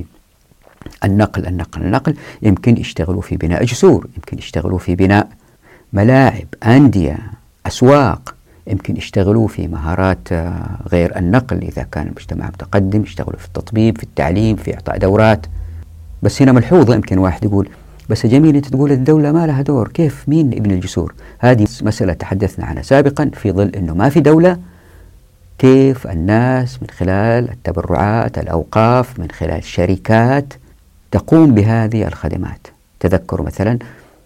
Speaker 1: النقل النقل النقل يمكن يشتغلوا في بناء جسور، يمكن يشتغلوا في بناء ملاعب، أندية، أسواق، يمكن يشتغلوا في مهارات غير النقل إذا كان المجتمع متقدم، يشتغلوا في التطبيب، في التعليم، في إعطاء دورات. بس هنا ملحوظة، يمكن واحد يقول بس جميل أنت تقول الدولة ما لها دور، كيف مين ابن الجسور؟ هذه مسألة تحدثنا عنها سابقا في ظل أنه ما في دولة، كيف الناس من خلال التبرعات، الأوقاف، من خلال الشركات تقوم بهذه الخدمات. تذكروا مثلا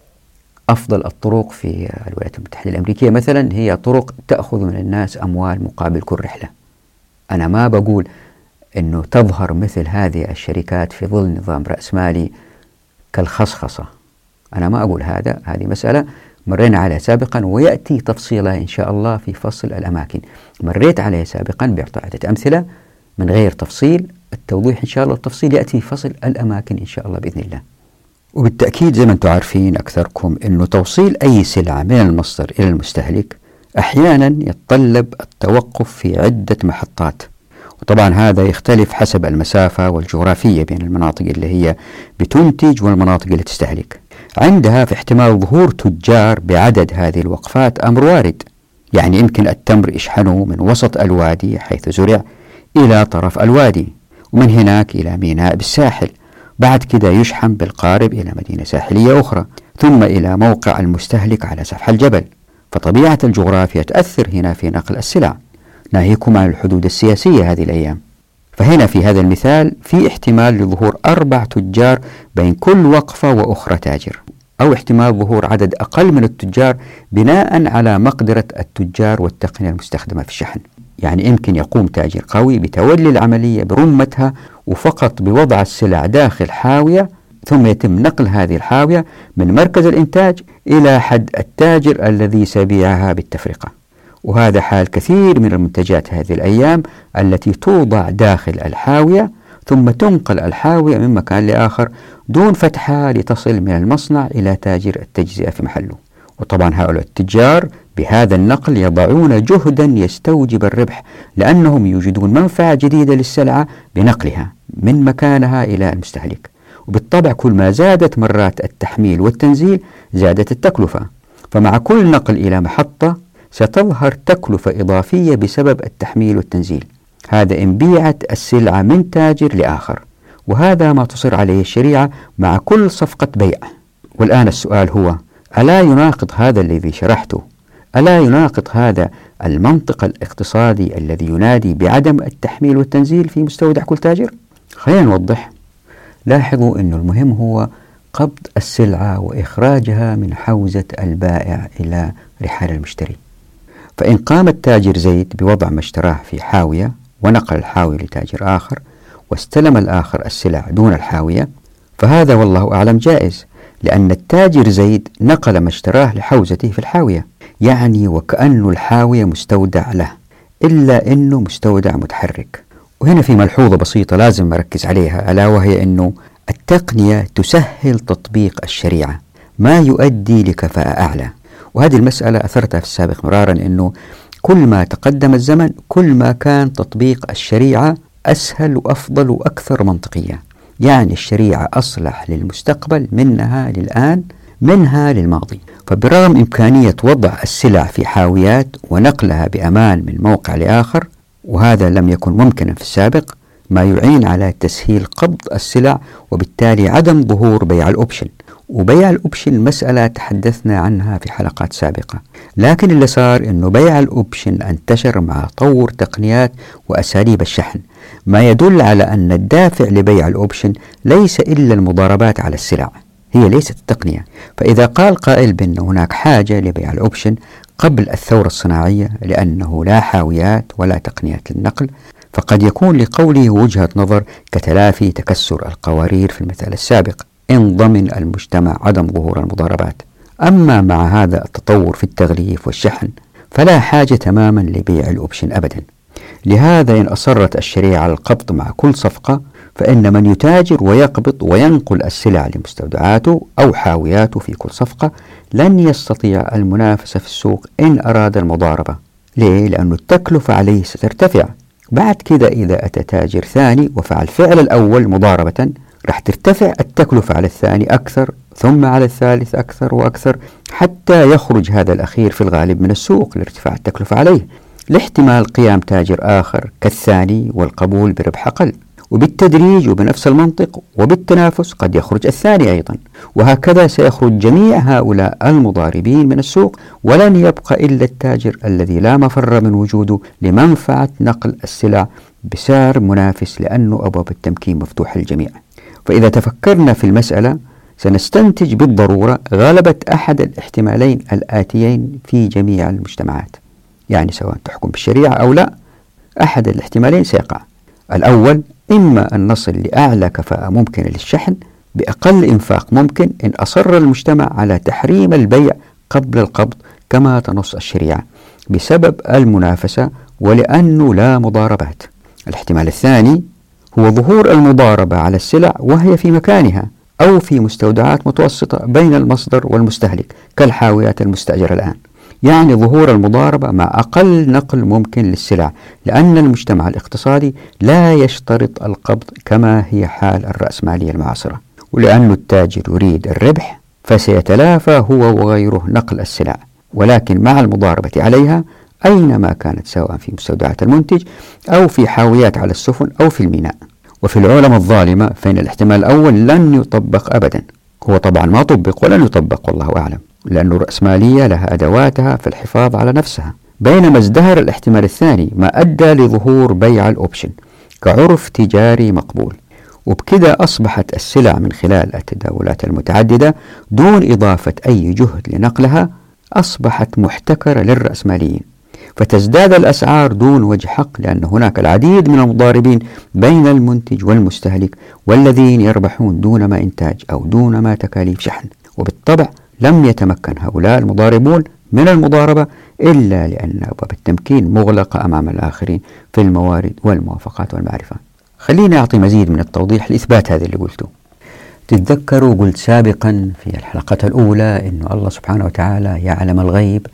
Speaker 1: أفضل الطرق في الولايات المتحدة الأمريكية مثلا هي طرق تأخذ من الناس أموال مقابل كل رحلة. أنا ما بقول أنه تظهر مثل هذه الشركات في ظل نظام رأسمالي كالخصخصة، أنا ما أقول هذا، هذه مسألة مرينا عليها سابقا ويأتي تفصيلها إن شاء الله في فصل الأماكن. مريت عليها سابقا بإعطاء عدة أمثلة من غير تفصيل، التوضيح إن شاء الله التفصيل يأتي في فصل الأماكن إن شاء الله بإذن الله. وبالتأكيد زي ما أنتم عارفين أكثركم أنه توصيل أي سلعة من المصدر إلى المستهلك أحيانا يتطلب التوقف في عدة محطات، وطبعا هذا يختلف حسب المسافة والجغرافية بين المناطق اللي هي بتنتج والمناطق اللي تستهلك. عندها في احتمال ظهور تجار بعدد هذه الوقفات أمر وارد، يعني يمكن التمر يشحنه من وسط الوادي حيث زرع إلى طرف الوادي، ومن هناك إلى ميناء بالساحل، بعد كده يشحن بالقارب إلى مدينة ساحلية أخرى، ثم إلى موقع المستهلك على سفح الجبل. فطبيعة الجغرافيا تأثر هنا في نقل السلع، ناهيكم عن الحدود السياسية هذه الأيام. فهنا في هذا المثال في احتمال لظهور أربع تجار بين كل وقفة وأخرى تاجر، أو احتمال ظهور عدد أقل من التجار بناء على مقدرة التجار والتقنية المستخدمة في الشحن. يعني يمكن يقوم تاجر قوي بتولي العملية برمتها وفقط بوضع السلع داخل حاوية، ثم يتم نقل هذه الحاوية من مركز الإنتاج إلى حد التاجر الذي سيبيعها بالتفرقة. وهذا حال كثير من المنتجات هذه الأيام التي توضع داخل الحاوية ثم تنقل الحاوية من مكان لآخر دون فتحها لتصل من المصنع إلى تاجر التجزئة في محله. وطبعا هؤلاء التجار بهذا النقل يضعون جهدا يستوجب الربح، لأنهم يوجدون منفعة جديدة للسلعة بنقلها من مكانها إلى المستهلك. وبالطبع كل ما زادت مرات التحميل والتنزيل زادت التكلفة، فمع كل نقل إلى محطة ستظهر تكلفة إضافية بسبب التحميل والتنزيل، هذا إن بيعت السلعة من تاجر لآخر. وهذا ما تصر عليه الشريعة مع كل صفقة بيع. والآن السؤال هو: ألا يناقض هذا الذي شرحته، ألا يناقض هذا المنطق الاقتصادي الذي ينادي بعدم التحميل والتنزيل في مستودع كل تاجر؟ خلينا نوضح. لاحظوا أنه المهم هو قبض السلعة وإخراجها من حوزة البائع إلى رحال المشتري. فإن قام التاجر زيد بوضع ما اشتراه في حاوية ونقل الحاوية لتاجر آخر واستلم الآخر السلع دون الحاوية، فهذا والله أعلم جائز، لأن التاجر زيد نقل ما اشتراه لحوزته في الحاوية، يعني وكأن الحاوية مستودع له، إلا أنه مستودع متحرك. وهنا في ملحوظة بسيطة لازم أركز عليها، ألا وهي أنه التقنية تسهل تطبيق الشريعة ما يؤدي لكفاءة أعلى. وهذه المسألة أثرتها في السابق مرارا، أنه كل ما تقدم الزمن كل ما كان تطبيق الشريعة أسهل وأفضل وأكثر منطقية. يعني الشريعة أصلح للمستقبل منها للآن منها للماضي. فبرغم إمكانية وضع السلع في حاويات ونقلها بأمان من موقع لآخر، وهذا لم يكن ممكنا في السابق، ما يعين على تسهيل قبض السلع وبالتالي عدم ظهور بيع الأوبشن. وبيع الأوبشن مسألة تحدثنا عنها في حلقات سابقة، لكن اللي صار أنه بيع الأوبشن انتشر مع تطور تقنيات وأساليب الشحن، ما يدل على أن الدافع لبيع الأوبشن ليس إلا المضاربات على السلع، هي ليست التقنية. فإذا قال قائل بأن هناك حاجة لبيع الأوبشن قبل الثورة الصناعية لأنه لا حاويات ولا تقنيات للنقل، فقد يكون لقوله وجهة نظر كتلافي تكسر القوارير في المثال السابق إن ضمن المجتمع عدم ظهور المضاربات. أما مع هذا التطور في التغليف والشحن فلا حاجة تماما لبيع الأوبشن أبدا. لهذا إن أصرت الشريعة على القبض مع كل صفقة، فإن من يتاجر ويقبض وينقل السلع لمستودعاته أو حاوياته في كل صفقة لن يستطيع المنافسة في السوق إن أراد المضاربة. ليه؟ لأن التكلفة عليه سترتفع. بعد كده إذا أتى تاجر ثاني وفعل فعل الأول مضاربة، راح ترتفع التكلفة على الثاني أكثر، ثم على الثالث أكثر وأكثر، حتى يخرج هذا الأخير في الغالب من السوق لارتفاع التكلفة عليه، لاحتمال قيام تاجر آخر كالثاني والقبول بربح أقل. وبالتدريج وبنفس المنطق وبالتنافس قد يخرج الثاني أيضا، وهكذا سيخرج جميع هؤلاء المضاربين من السوق، ولن يبقى إلا التاجر الذي لا مفر من وجوده لمنفعة نقل السلع بسعر منافس، لأنه أبواب التمكين مفتوحة للجميع. فإذا تفكرنا في المسألة سنستنتج بالضرورة غلبة أحد الاحتمالين الآتيين في جميع المجتمعات، يعني سواء تحكم بالشريعة أو لا، أحد الاحتمالين سيقع. الأول، إما أن نصل لأعلى كفاءة ممكنة للشحن بأقل إنفاق ممكن إن أصر المجتمع على تحريم البيع قبل القبض كما تنص الشريعة بسبب المنافسة ولأنه لا مضاربات. الاحتمال الثاني هو ظهور المضاربة على السلع وهي في مكانها، أو في مستودعات متوسطة بين المصدر والمستهلك كالحاويات المستأجرة الآن. يعني ظهور المضاربة مع أقل نقل ممكن للسلع، لأن المجتمع الاقتصادي لا يشترط القبض كما هي حال الرأسمالية المعاصرة، ولأن التاجر يريد الربح فسيتلافى هو وغيره نقل السلع، ولكن مع المضاربة عليها أينما كانت، سواء في مستودعات المنتج أو في حاويات على السفن أو في الميناء. وفي العولمة الظالمة فإن الاحتمال الأول لن يطبق أبدا، هو طبعا ما طبق ولن يطبق والله أعلم، لأن الرأسمالية لها أدواتها في الحفاظ على نفسها، بينما ازدهر الاحتمال الثاني ما أدى لظهور بيع الأوبشن كعرف تجاري مقبول، وبكذا أصبحت السلع من خلال التداولات المتعددة دون إضافة أي جهد لنقلها أصبحت محتكرة للرأسماليين، فتزداد الأسعار دون وجه حق، لأن هناك العديد من المضاربين بين المنتج والمستهلك والذين يربحون دون ما إنتاج أو دون ما تكاليف شحن. وبالطبع لم يتمكن هؤلاء المضاربون من المضاربة إلا لأن أبواب التمكين مغلقة أمام الآخرين في الموارد والموافقات والمعرفة. خليني أعطي مزيد من التوضيح لإثبات هذا اللي قلته. تتذكروا قلت سابقا في الحلقة الأولى أن الله سبحانه وتعالى يعلم الغيب،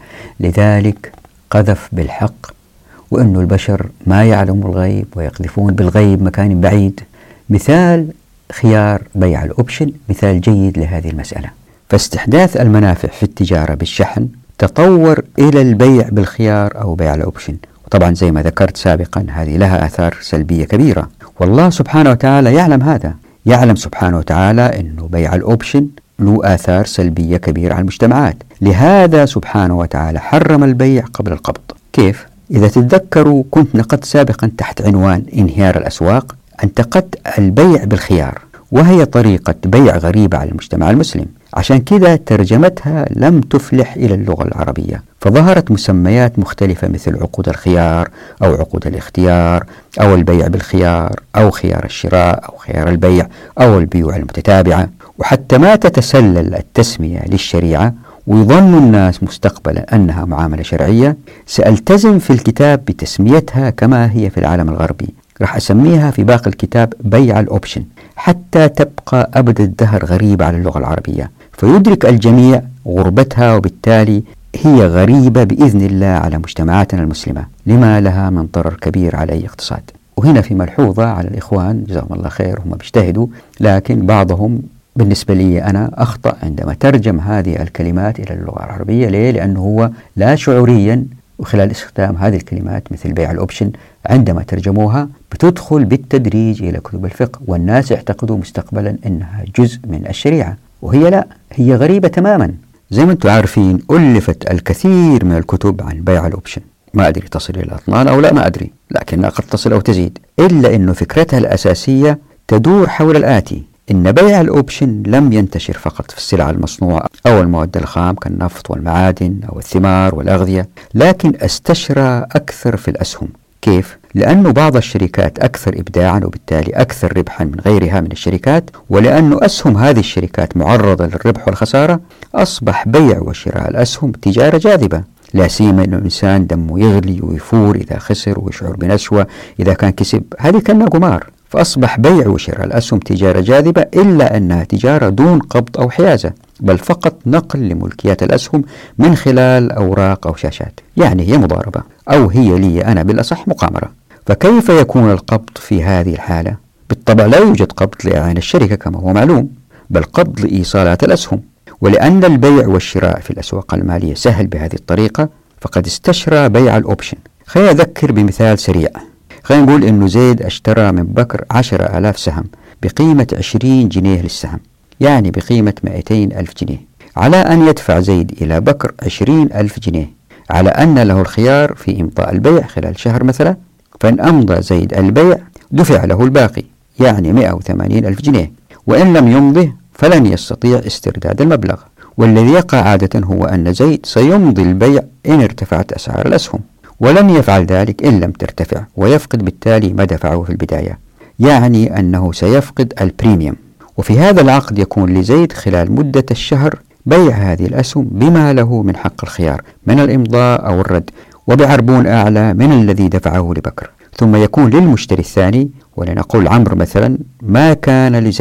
Speaker 1: لذلك قذف بالحق، وأن البشر ما يعلم الغيب ويقذفون بالغيب مكان بعيد. مثال خيار بيع الأوبشن مثال جيد لهذه المسألة. فاستحداث المنافع في التجارة بالشحن تطور إلى البيع بالخيار أو بيع الأوبشن، وطبعا زي ما ذكرت سابقا هذه لها آثار سلبية كبيرة، والله سبحانه وتعالى يعلم هذا، يعلم سبحانه وتعالى أنه بيع الأوبشن له آثار سلبية كبيرة على المجتمعات، لهذا سبحانه وتعالى حرم البيع قبل القبض. كيف؟ إذا تتذكروا كنت نقدت سابقا تحت عنوان انهيار الأسواق انتقدت البيع بالخيار، وهي طريقة بيع غريبة على المجتمع المسلم، عشان كذا ترجمتها لم تفلح إلى اللغة العربية، فظهرت مسميات مختلفة مثل عقود الخيار أو عقود الاختيار أو البيع بالخيار أو خيار الشراء أو خيار البيع أو البيوع المتتابعة، وحتى ما تتسلل التسمية للشريعة ويظن الناس مستقبلا أنها معاملة شرعية، سألتزم في الكتاب بتسميتها كما هي في العالم الغربي، راح أسميها في باقي الكتاب بيع الأوبشن حتى تبقى أبد الدهر غريبة على اللغة العربية، فيدرك الجميع غربتها، وبالتالي هي غريبة بإذن الله على مجتمعاتنا المسلمة لما لها من ضرر كبير على أي اقتصاد. وهنا في ملحوظة على الإخوان جزاهم الله خير، هم بيجتهدوا، لكن بعضهم بالنسبة لي أنا أخطأ عندما ترجم هذه الكلمات إلى اللغة العربية. ليه؟ لأنه هو لا شعوريا وخلال استخدام هذه الكلمات مثل بيع الأوبشن عندما ترجموها بتدخل بالتدريج إلى كتب الفقه، والناس يعتقدوا مستقبلا أنها جزء من الشريعة، وهي لا، هي غريبة تماما. زي ما أنتم عارفين ألفت الكثير من الكتب عن بيع الأوبشن، ما أدري تصل إلى أطنان أو لا، ما أدري، لكنها قد تصل أو تزيد، إلا أنه فكرتها الأساسية تدور حول الآتي: إن بيع الأوبشن لم ينتشر فقط في السلع المصنوعة أو المواد الخام كالنفط والمعادن أو الثمار والأغذية، لكن استشرى أكثر في الأسهم. كيف؟ لأن بعض الشركات أكثر إبداعا وبالتالي أكثر ربحا من غيرها من الشركات، ولأن أسهم هذه الشركات معرضة للربح والخسارة، أصبح بيع وشراء الأسهم تجارة جاذبة، لا سيما أن الإنسان دمه يغلي ويفور إذا خسر ويشعر بنشوة إذا كان كسب، هذه كأنها قمار. فأصبح بيع وشراء الأسهم تجارة جاذبة، إلا أنها تجارة دون قبض أو حيازة، بل فقط نقل لملكيات الأسهم من خلال أوراق أو شاشات، يعني هي مضاربة، أو هي لي أنا بالأصح مقامرة. فكيف يكون القبض في هذه الحالة؟ بالطبع لا يوجد قبض لإعانة الشركة كما هو معلوم، بل قبض لإيصالات الأسهم، ولأن البيع والشراء في الأسواق المالية سهل بهذه الطريقة فقد استشرى بيع الأوبشن. خلينا أذكر بمثال سريع. خلينا نقول إنه زيد اشترى من بكر عشرة آلاف سهم بقيمة عشرين جنيه للسهم، يعني بقيمة مئتين ألف جنيه، على أن يدفع زيد إلى بكر عشرين ألف جنيه، على أن له الخيار في إمضاء البيع خلال شهر مثلا، فإن أمضى زيد البيع دفع له الباقي يعني مئة وثمانين ألف جنيه، وإن لم يمضه فلن يستطيع استرداد المبلغ. والذي يقع عادة هو أن زيد سيمضي البيع إن ارتفعت أسعار الأسهم، ولن يفعل ذلك إن لم ترتفع، ويفقد بالتالي ما دفعه في البداية، يعني أنه سيفقد البريميوم. وفي هذا العقد يكون لزيد خلال مدة الشهر بيع هذه الأسهم بما له من حق الخيار من الإمضاء أو الرد، وبعربون أعلى من الذي دفعه لبكر، ثم يكون للمشتري الثاني ولنقول عمرو مثلا ما كان لزيد،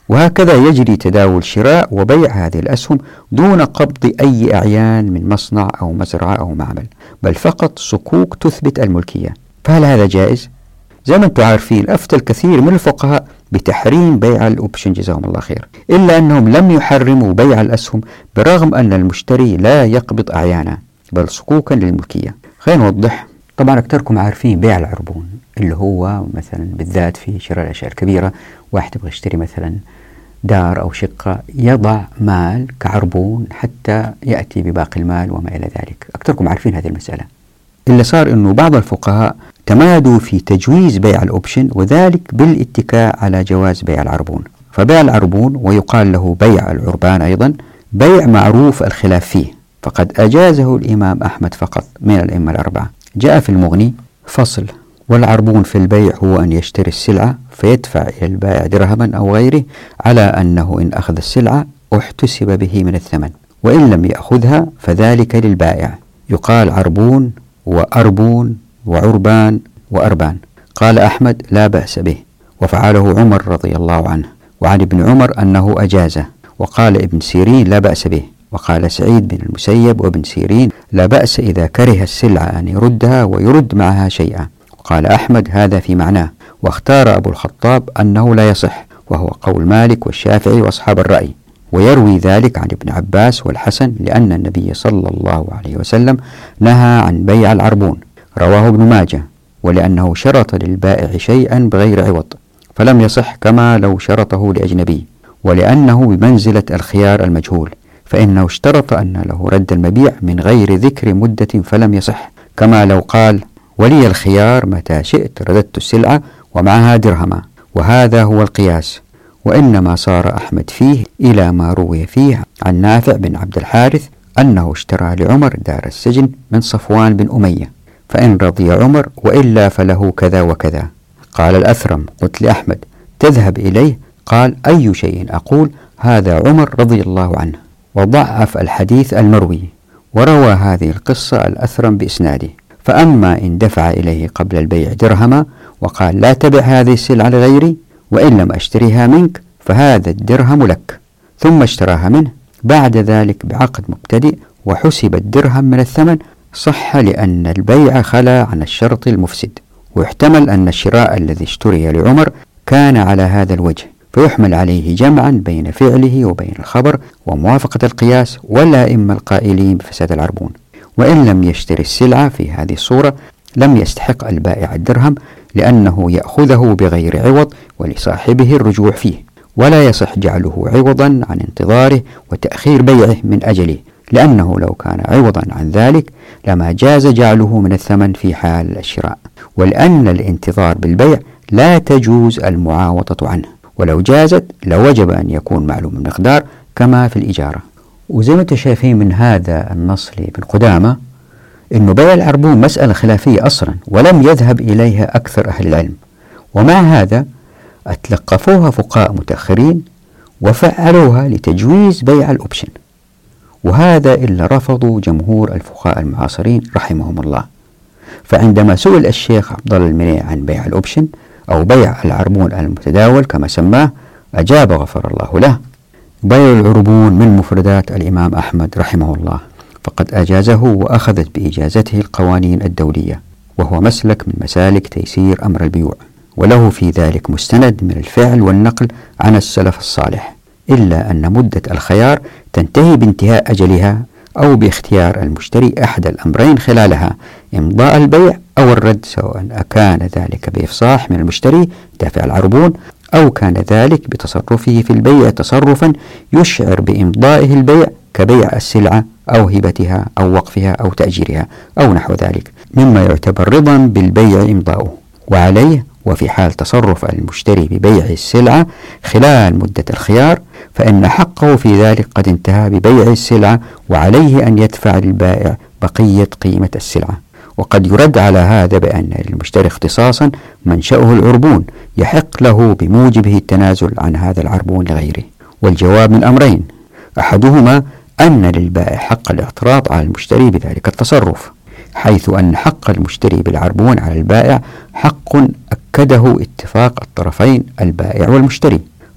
Speaker 1: وهكذا يجري تداول شراء وبيع هذه الأسهم دون قبض أي أعيان من مصنع أو مزرعة أو معمل، بل فقط صكوك تثبت الملكية. فهل هذا جائز؟ زي ما أنتم عارفين أفتى الكثير من الفقهاء بتحريم بيع الأوبشن جزاهم الله خير، إلا أنهم لم يحرموا بيع الأسهم برغم أن المشتري لا يقبض أعيانا بل صكوكا للملكية. خلينا نوضح. طبعا أكثركم عارفين بيع العربون اللي هو مثلا بالذات في شراء الأشياء الكبيرة، واحد يبغى يشتري مثلا دار أو شقة يضع مال كعربون حتى يأتي بباقي المال وما إلى ذلك. أكثركم عارفين هذه المسألة. اللي صار أنه بعض الفقهاء تمادوا في تجويز بيع الأوبشن، وذلك بالاتكاء على جواز بيع العربون. فبيع العربون ويقال له بيع العربان أيضا بيع معروف الخلاف فيه، فقد أجازه الإمام أحمد فقط من الأئمة الأربعة. جاء في المغني فصل: والعربون في البيع هو أن يشتري السلعة فيدفع إلى البائع درهما أو غيره على أنه إن أخذ السلعة احتسب به من الثمن، وإن لم يأخذها فذلك للبائع. يقال عربون وأربون وعربان وأربان. قال أحمد: لا بأس به، وفعله عمر رضي الله عنه، وعن ابن عمر أنه أجازه، وقال ابن سيرين: لا بأس به، وقال سعيد بن المسيب وابن سيرين: لا بأس إذا كره السلعة أن يردها ويرد معها شيئا. وقال أحمد: هذا في معناه. واختار أبو الخطاب أنه لا يصح، وهو قول مالك والشافعي وأصحاب الرأي، ويروي ذلك عن ابن عباس والحسن لأن النبي صلى الله عليه وسلم نهى عن بيع العربون. رواه ابن ماجه. ولأنه شرط للبائع شيئا بغير عوض فلم يصح كما لو شرطه لأجنبي، ولأنه بمنزلة الخيار المجهول، فإنه اشترط أن له رد المبيع من غير ذكر مدة فلم يصح، كما لو قال: ولي الخيار متى شئت رددت السلعة ومعها درهما. وهذا هو القياس. وإنما صار أحمد فيه إلى ما روي فيه عن نافع بن عبد الحارث أنه اشترى لعمر دار السجن من صفوان بن أمية، فإن رضي عمر وإلا فله كذا وكذا. قال الأثرم: قلت لأحمد: تذهب إليه؟ قال: أي شيء أقول؟ هذا عمر رضي الله عنه. وضعف الحديث المروي، وروى هذه القصة الأثرم بإسناده. فأما إن دفع إليه قبل البيع درهما وقال: لا تبع هذه السلعة لغيري وإن لم أشتريها منك فهذا الدرهم لك، ثم اشتراها منه بعد ذلك بعقد مبتدئ وحسب الدرهم من الثمن، صح لأن البيع خلا عن الشرط المفسد. ويحتمل أن الشراء الذي اشتري لعمر كان على هذا الوجه، فيحمل عليه جمعا بين فعله وبين الخبر وموافقة القياس والأئمة القائلين بفساد العربون. وإن لم يشتري السلعة في هذه الصورة لم يستحق البائع الدرهم، لأنه يأخذه بغير عوض ولصاحبه الرجوع فيه، ولا يصح جعله عوضا عن انتظاره وتأخير بيعه من أجله، لأنه لو كان عوضا عن ذلك لما جاز جعله من الثمن في حال الشراء، ولأن الانتظار بالبيع لا تجوز المعاوضة عنه، ولو جازت لوجب أن يكون معلوم المقدار كما في الإجارة. وزي ما انتم شايفين من هذا النص لابن قدامة إنه بيع العربون مسألة خلافية أصلا ولم يذهب إليها أكثر أهل العلم، ومع هذا أتلقفوها فقهاء متأخرين وفعلوها لتجويز بيع الأوبشن، وهذا إلا رفضوا جمهور الفقهاء المعاصرين رحمهم الله. فعندما سئل الشيخ عبد الله المنيع عن بيع الأوبشن أو بيع العربون المتداول كما سماه، أجاب غفر الله له: بيع العربون من مفردات الإمام أحمد رحمه الله، فقد أجازه وأخذت بإجازته القوانين الدولية، وهو مسلك من مسالك تيسير أمر البيوع، وله في ذلك مستند من الفعل والنقل عن السلف الصالح، إلا أن مدة الخيار تنتهي بانتهاء أجلها أو باختيار المشتري أحد الأمرين خلالها: إمضاء البيع أو الرد، سواء كان ذلك بإفصاح من المشتري دافع العربون أو كان ذلك بتصرفه في البيع تصرفا يشعر بإمضائه البيع كبيع السلعة أو هبتها أو وقفها أو تأجيرها أو نحو ذلك، مما يعتبر رضا بالبيع إمضاؤه. وعليه وفي حال تصرف المشتري ببيع السلعة خلال مدة الخيار فإن حقه في ذلك قد انتهى ببيع السلعة، وعليه أن يدفع للبائع بقية قيمة السلعة. وقد يرد على هذا بأن للمشتري اختصاصا منشأه العربون يحق له بموجبه التنازل عن هذا العربون لغيره. والجواب من أمرين: أحدهما أن للبائع حق الاعتراض على المشتري بذلك التصرف، حيث أن حق المشتري بالعربون على البائع حق أكده اتفاق الطرفين البائع والمشتري،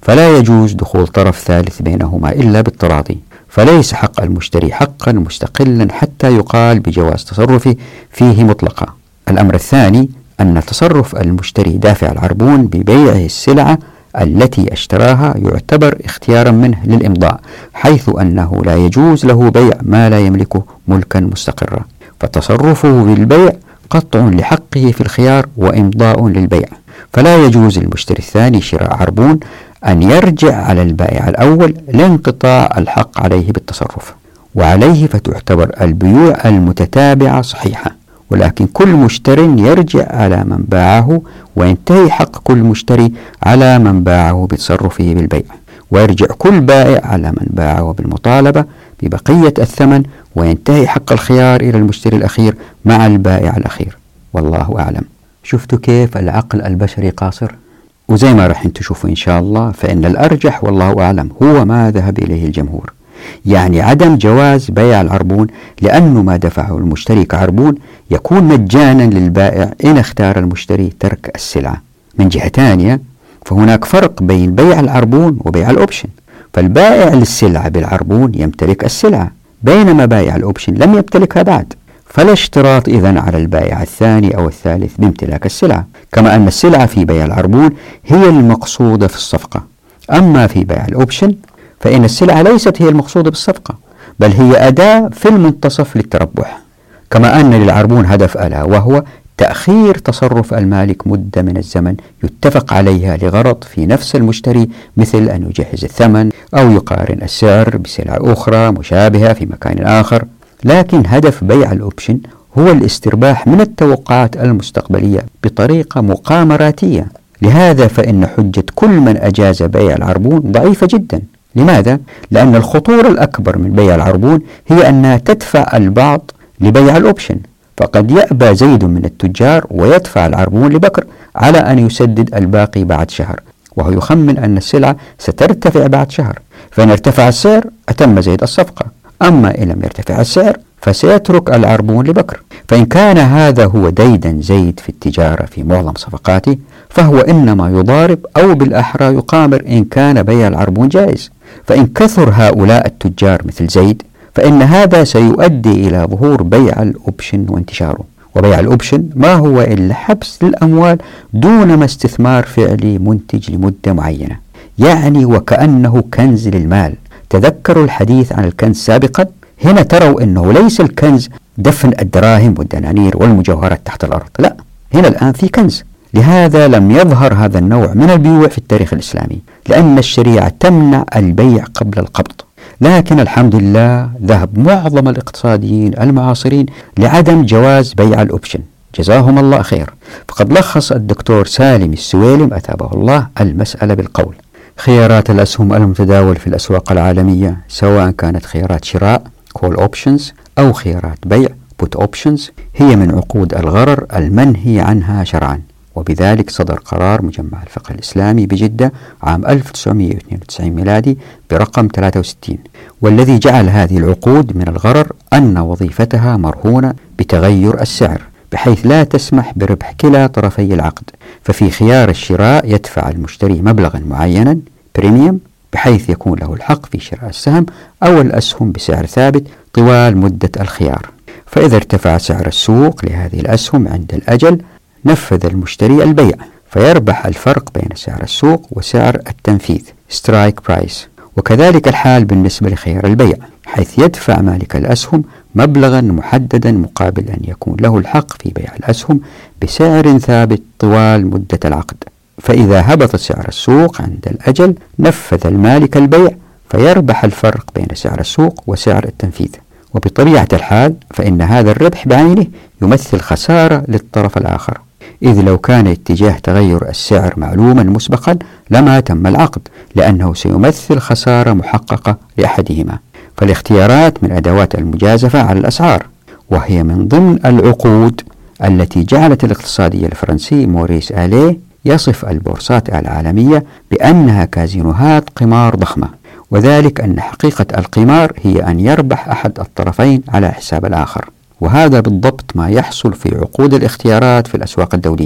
Speaker 1: فلا يجوز دخول طرف ثالث بينهما إلا بالتراضي، فليس حق المشتري حقا مستقلا حتى يقال بجواز تصرفه فيه مطلقا. الأمر الثاني أن تصرف المشتري دافع العربون ببيعه السلعة التي اشتراها يعتبر اختيارا منه للإمضاء، حيث أنه لا يجوز له بيع ما لا يملكه ملكا مستقرا، فتصرفه بالبيع قطع لحقه في الخيار وإمضاء للبيع. فلا يجوز للمشتري الثاني شراء عربون أن يرجع على البائع الأول لانقطاع الحق عليه بالتصرف، وعليه فتعتبر البيوع المتتابعة صحيحة، ولكن كل مشتر يرجع على من باعه، وينتهي حق كل مشتري على من باعه بتصرفه بالبيع، ويرجع كل بائع على من باعه بالمطالبة ببقية الثمن، وينتهي حق الخيار إلى المشتري الأخير مع البائع الأخير. والله أعلم. شفتوا كيف العقل البشري قاصر؟ وزي ما راح تشوفوا إن شاء الله، فإن الأرجح والله أعلم هو ما ذهب إليه الجمهور، يعني عدم جواز بيع العربون، لأنه ما دفعه المشتري كعربون يكون مجانا للبائع إن اختار المشتري ترك السلعة. من جهة ثانية فهناك فرق بين بيع العربون وبيع الأوبشن، فالبائع للسلعة بالعربون يمتلك السلعة، بينما بائع الأوبشن لم يمتلكها بعد، فلا اشتراط إذن على البائع الثاني أو الثالث بامتلاك السلعة، كما أن السلعة في بيع العربون هي المقصودة في الصفقة. أما في بيع الأوبشن فإن السلعة ليست هي المقصودة بالصفقة، بل هي أداة في المنتصف للتربح، كما أن للعربون هدف ألا وهو تأخير تصرف المالك مدة من الزمن يتفق عليها لغرض في نفس المشتري، مثل أن يجهز الثمن أو يقارن السعر بسلع أخرى مشابهة في مكان آخر. لكن هدف بيع الأوبشن هو الاسترباح من التوقعات المستقبلية بطريقة مقامراتية. لهذا فإن حجة كل من أجاز بيع العربون ضعيفة جدا. لماذا؟ لأن الخطورة الأكبر من بيع العربون هي أنها تدفع البعض لبيع الأوبشن، فقد يأبى زيد من التجار ويدفع العربون لبكر على أن يسدد الباقي بعد شهر، وهو يخمن أن السلعة سترتفع بعد شهر، فإن ارتفع السعر أتم زيد الصفقة، أما إن لم يرتفع السعر فسيترك العربون لبكر. فإن كان هذا هو ديدا زيد في التجارة في معظم صفقاته، فهو إنما يضارب أو بالأحرى يقامر إن كان بيع العربون جائز. فإن كثر هؤلاء التجار مثل زيد فإن هذا سيؤدي إلى ظهور بيع الأوبشن وانتشاره. وبيع الأوبشن ما هو إلا حبس للأموال دون ما استثمار فعلي منتج لمدة معينة، يعني وكأنه كنز للمال. تذكروا الحديث عن الكنز سابقا، هنا تروا أنه ليس الكنز دفن الدراهم والدنانير والمجوهرات تحت الأرض، لا، هنا الآن في كنز. لهذا لم يظهر هذا النوع من البيوع في التاريخ الإسلامي، لأن الشريعة تمنع البيع قبل القبض. لكن الحمد لله ذهب معظم الاقتصاديين المعاصرين لعدم جواز بيع الأوبشن، جزاهم الله خير. فقد لخص الدكتور سالم السويلم أثابه الله المسألة بالقول: خيارات الأسهم المتداول في الأسواق العالمية، سواء كانت خيارات شراء call options أو خيارات بيع put options، هي من عقود الغرر المنهي عنها شرعا. وبذلك صدر قرار مجمع الفقه الإسلامي بجدة عام ألف وتسعمئة واثنين وتسعين ميلادي برقم ثلاثة وستين، والذي جعل هذه العقود من الغرر أن وظيفتها مرهونة بتغير السعر، بحيث لا تسمح بربح كلا طرفي العقد. ففي خيار الشراء يدفع المشتري مبلغا معينا بريميوم، بحيث يكون له الحق في شراء السهم أو الأسهم بسعر ثابت طوال مدة الخيار. فإذا ارتفع سعر السوق لهذه الأسهم عند الأجل نفذ المشتري البيع، فيربح الفرق بين سعر السوق وسعر التنفيذ strike price. وكذلك الحال بالنسبة لخيار البيع، حيث يدفع مالك الأسهم مبلغا محددا مقابل أن يكون له الحق في بيع الأسهم بسعر ثابت طوال مدة العقد. فإذا هبط سعر السوق عند الأجل نفذ المالك البيع، فيربح الفرق بين سعر السوق وسعر التنفيذ. وبطبيعة الحال فإن هذا الربح بعينه يمثل خسارة للطرف الآخر، إذ لو كان اتجاه تغير السعر معلوما مسبقا لما تم العقد، لأنه سيمثل خسارة محققة لأحدهما. فالاختيارات من أدوات المجازفة على الأسعار، وهي من ضمن العقود التي جعلت الاقتصادي الفرنسي موريس آليه يصف البورصات العالمية بأنها كازينوهات قمار ضخمة، وذلك أن حقيقة القمار هي أن يربح أحد الطرفين على حساب الآخر. وهذا بالضبط ما يحصل في عقود الاختيارات في الأسواق الدولية.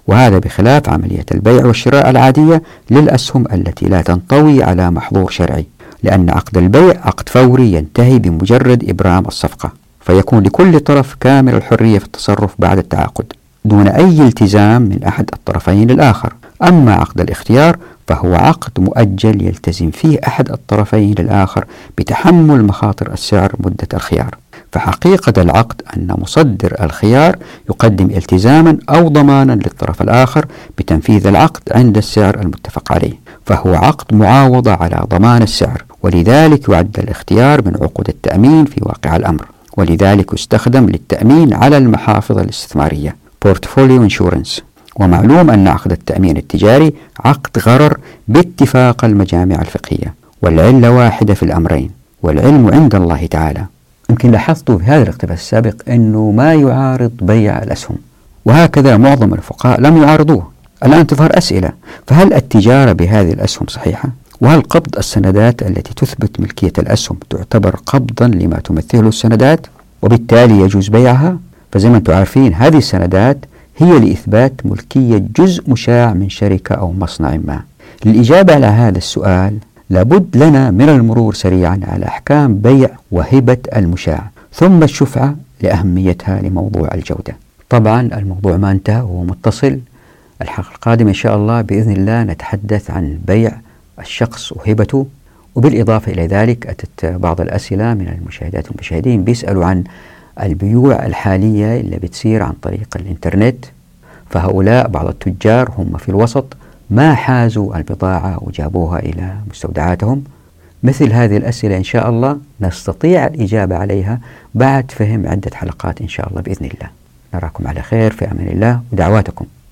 Speaker 1: وهذا بخلاف عملية البيع والشراء العادية للأسهم التي لا تنطوي على محظور شرعي، لأن عقد البيع عقد فوري ينتهي بمجرد إبرام الصفقة، فيكون لكل طرف كامل الحرية في التصرف بعد التعاقد دون أي التزام من أحد الطرفين للآخر. أما عقد الاختيار فهو عقد مؤجل يلتزم فيه أحد الطرفين للآخر بتحمل مخاطر السعر مدة الخيار. فحقيقة العقد أن مصدر الخيار يقدم التزاما أو ضمانا للطرف الآخر بتنفيذ العقد عند السعر المتفق عليه، فهو عقد معاوضة على ضمان السعر، ولذلك يعد الاختيار من عقود التأمين في واقع الأمر، ولذلك يستخدم للتأمين على المحافظ الاستثمارية Portfolio Insurance. ومعلوم أن عقد التأمين التجاري عقد غرر باتفاق المجامع الفقهية، والعلة واحدة في الأمرين، والعلم عند الله تعالى. يمكن لاحظتوا في هذا الاقتباس السابق أنه ما يعارض بيع الأسهم، وهكذا معظم الفقهاء لم يعارضوه. الآن تظهر أسئلة: فهل التجارة بهذه الأسهم صحيحة؟ وهل قبض السندات التي تثبت ملكية الأسهم تعتبر قبضا لما تمثله السندات وبالتالي يجوز بيعها؟ فزي ما أنتم عارفين هذه السندات هي لإثبات ملكية جزء مشاع من شركة أو مصنع ما. للإجابة على هذا السؤال لابد لنا من المرور سريعا على أحكام بيع وهبة المشاع ثم الشفعة لأهميتها لموضوع الجودة. طبعا الموضوع ما انتهى وهو متصل. الحلقة القادمة إن شاء الله بإذن الله نتحدث عن بيع الشخص وهبته، وبالإضافة إلى ذلك أتت بعض الأسئلة من المشاهدات والمشاهدين بيسألوا عن البيوع الحالية اللي بتصير عن طريق الإنترنت، فهؤلاء بعض التجار هم في الوسط ما حازوا البضاعة وجابوها إلى مستودعاتهم. مثل هذه الأسئلة إن شاء الله نستطيع الإجابة عليها بعد فهم عدة حلقات إن شاء الله بإذن الله. نراكم على خير في أمان الله ودعواتكم.